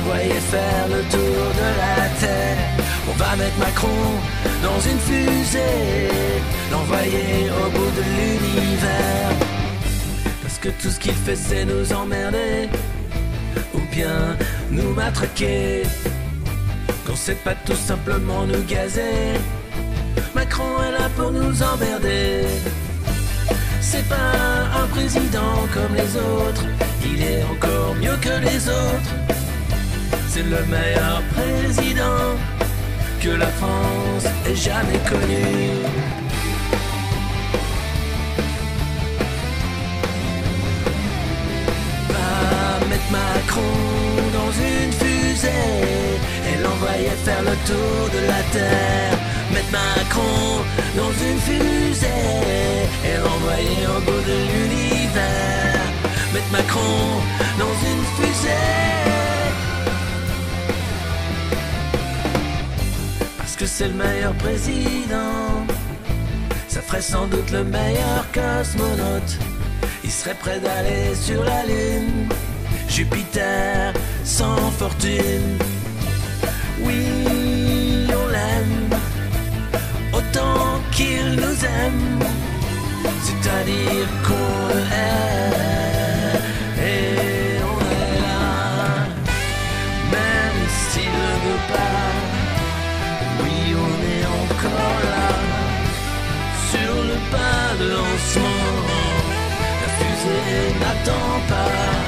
Speaker 3: l'envoyer faire le tour de la Terre. On va mettre Macron dans une fusée, l'envoyer au bout de l'univers. Parce que tout ce qu'il fait c'est nous emmerder, ou bien nous matraquer. Qu'on sait pas tout simplement nous gazer. Macron est là pour nous emmerder. C'est pas un président comme les autres, il est encore mieux que les autres. C'est le meilleur président que la France ait jamais connu. Va mettre Macron dans une fusée et l'envoyer faire le tour de la Terre. Mettre Macron dans une fusée et l'envoyer au bout de l'univers. Mettre Macron dans une fusée, parce que c'est le meilleur président. Ça ferait sans doute le meilleur cosmonaute. Il serait prêt d'aller sur la Lune, Jupiter sans fortune. Oui, on l'aime autant qu'il nous aime, c'est-à-dire qu'on le hait et on est là, même s'il ne veut pas. Oui, on est encore là, sur le pas de lancement. La fusée n'attend pas.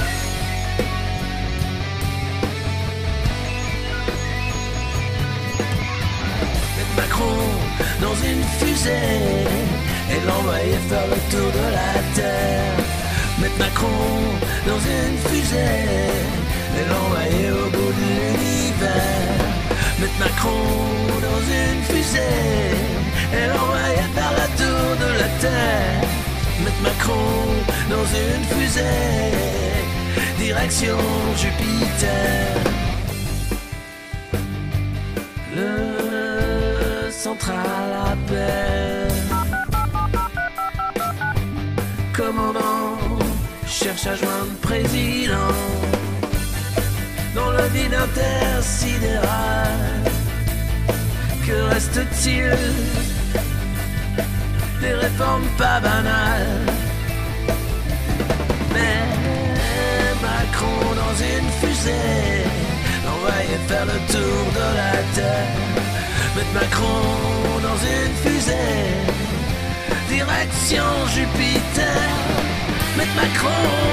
Speaker 3: Macron dans une fusée et l'envoyer faire le tour de la Terre. Mettre Macron dans une fusée et l'envoyer au bout de l'univers. Mettre Macron dans une fusée et l'envoyer faire le tour de la Terre. Mettre Macron dans une fusée, direction Jupiter. Le central appelle. Commandant cherche à joindre président. Dans le vide intersidéral, que reste-t-il? Des réformes pas banales. Mais Macron dans une fusée, l'envoyer faire le tour de la Terre. Mettre Macron dans une fusée, direction Jupiter. Mettre Macron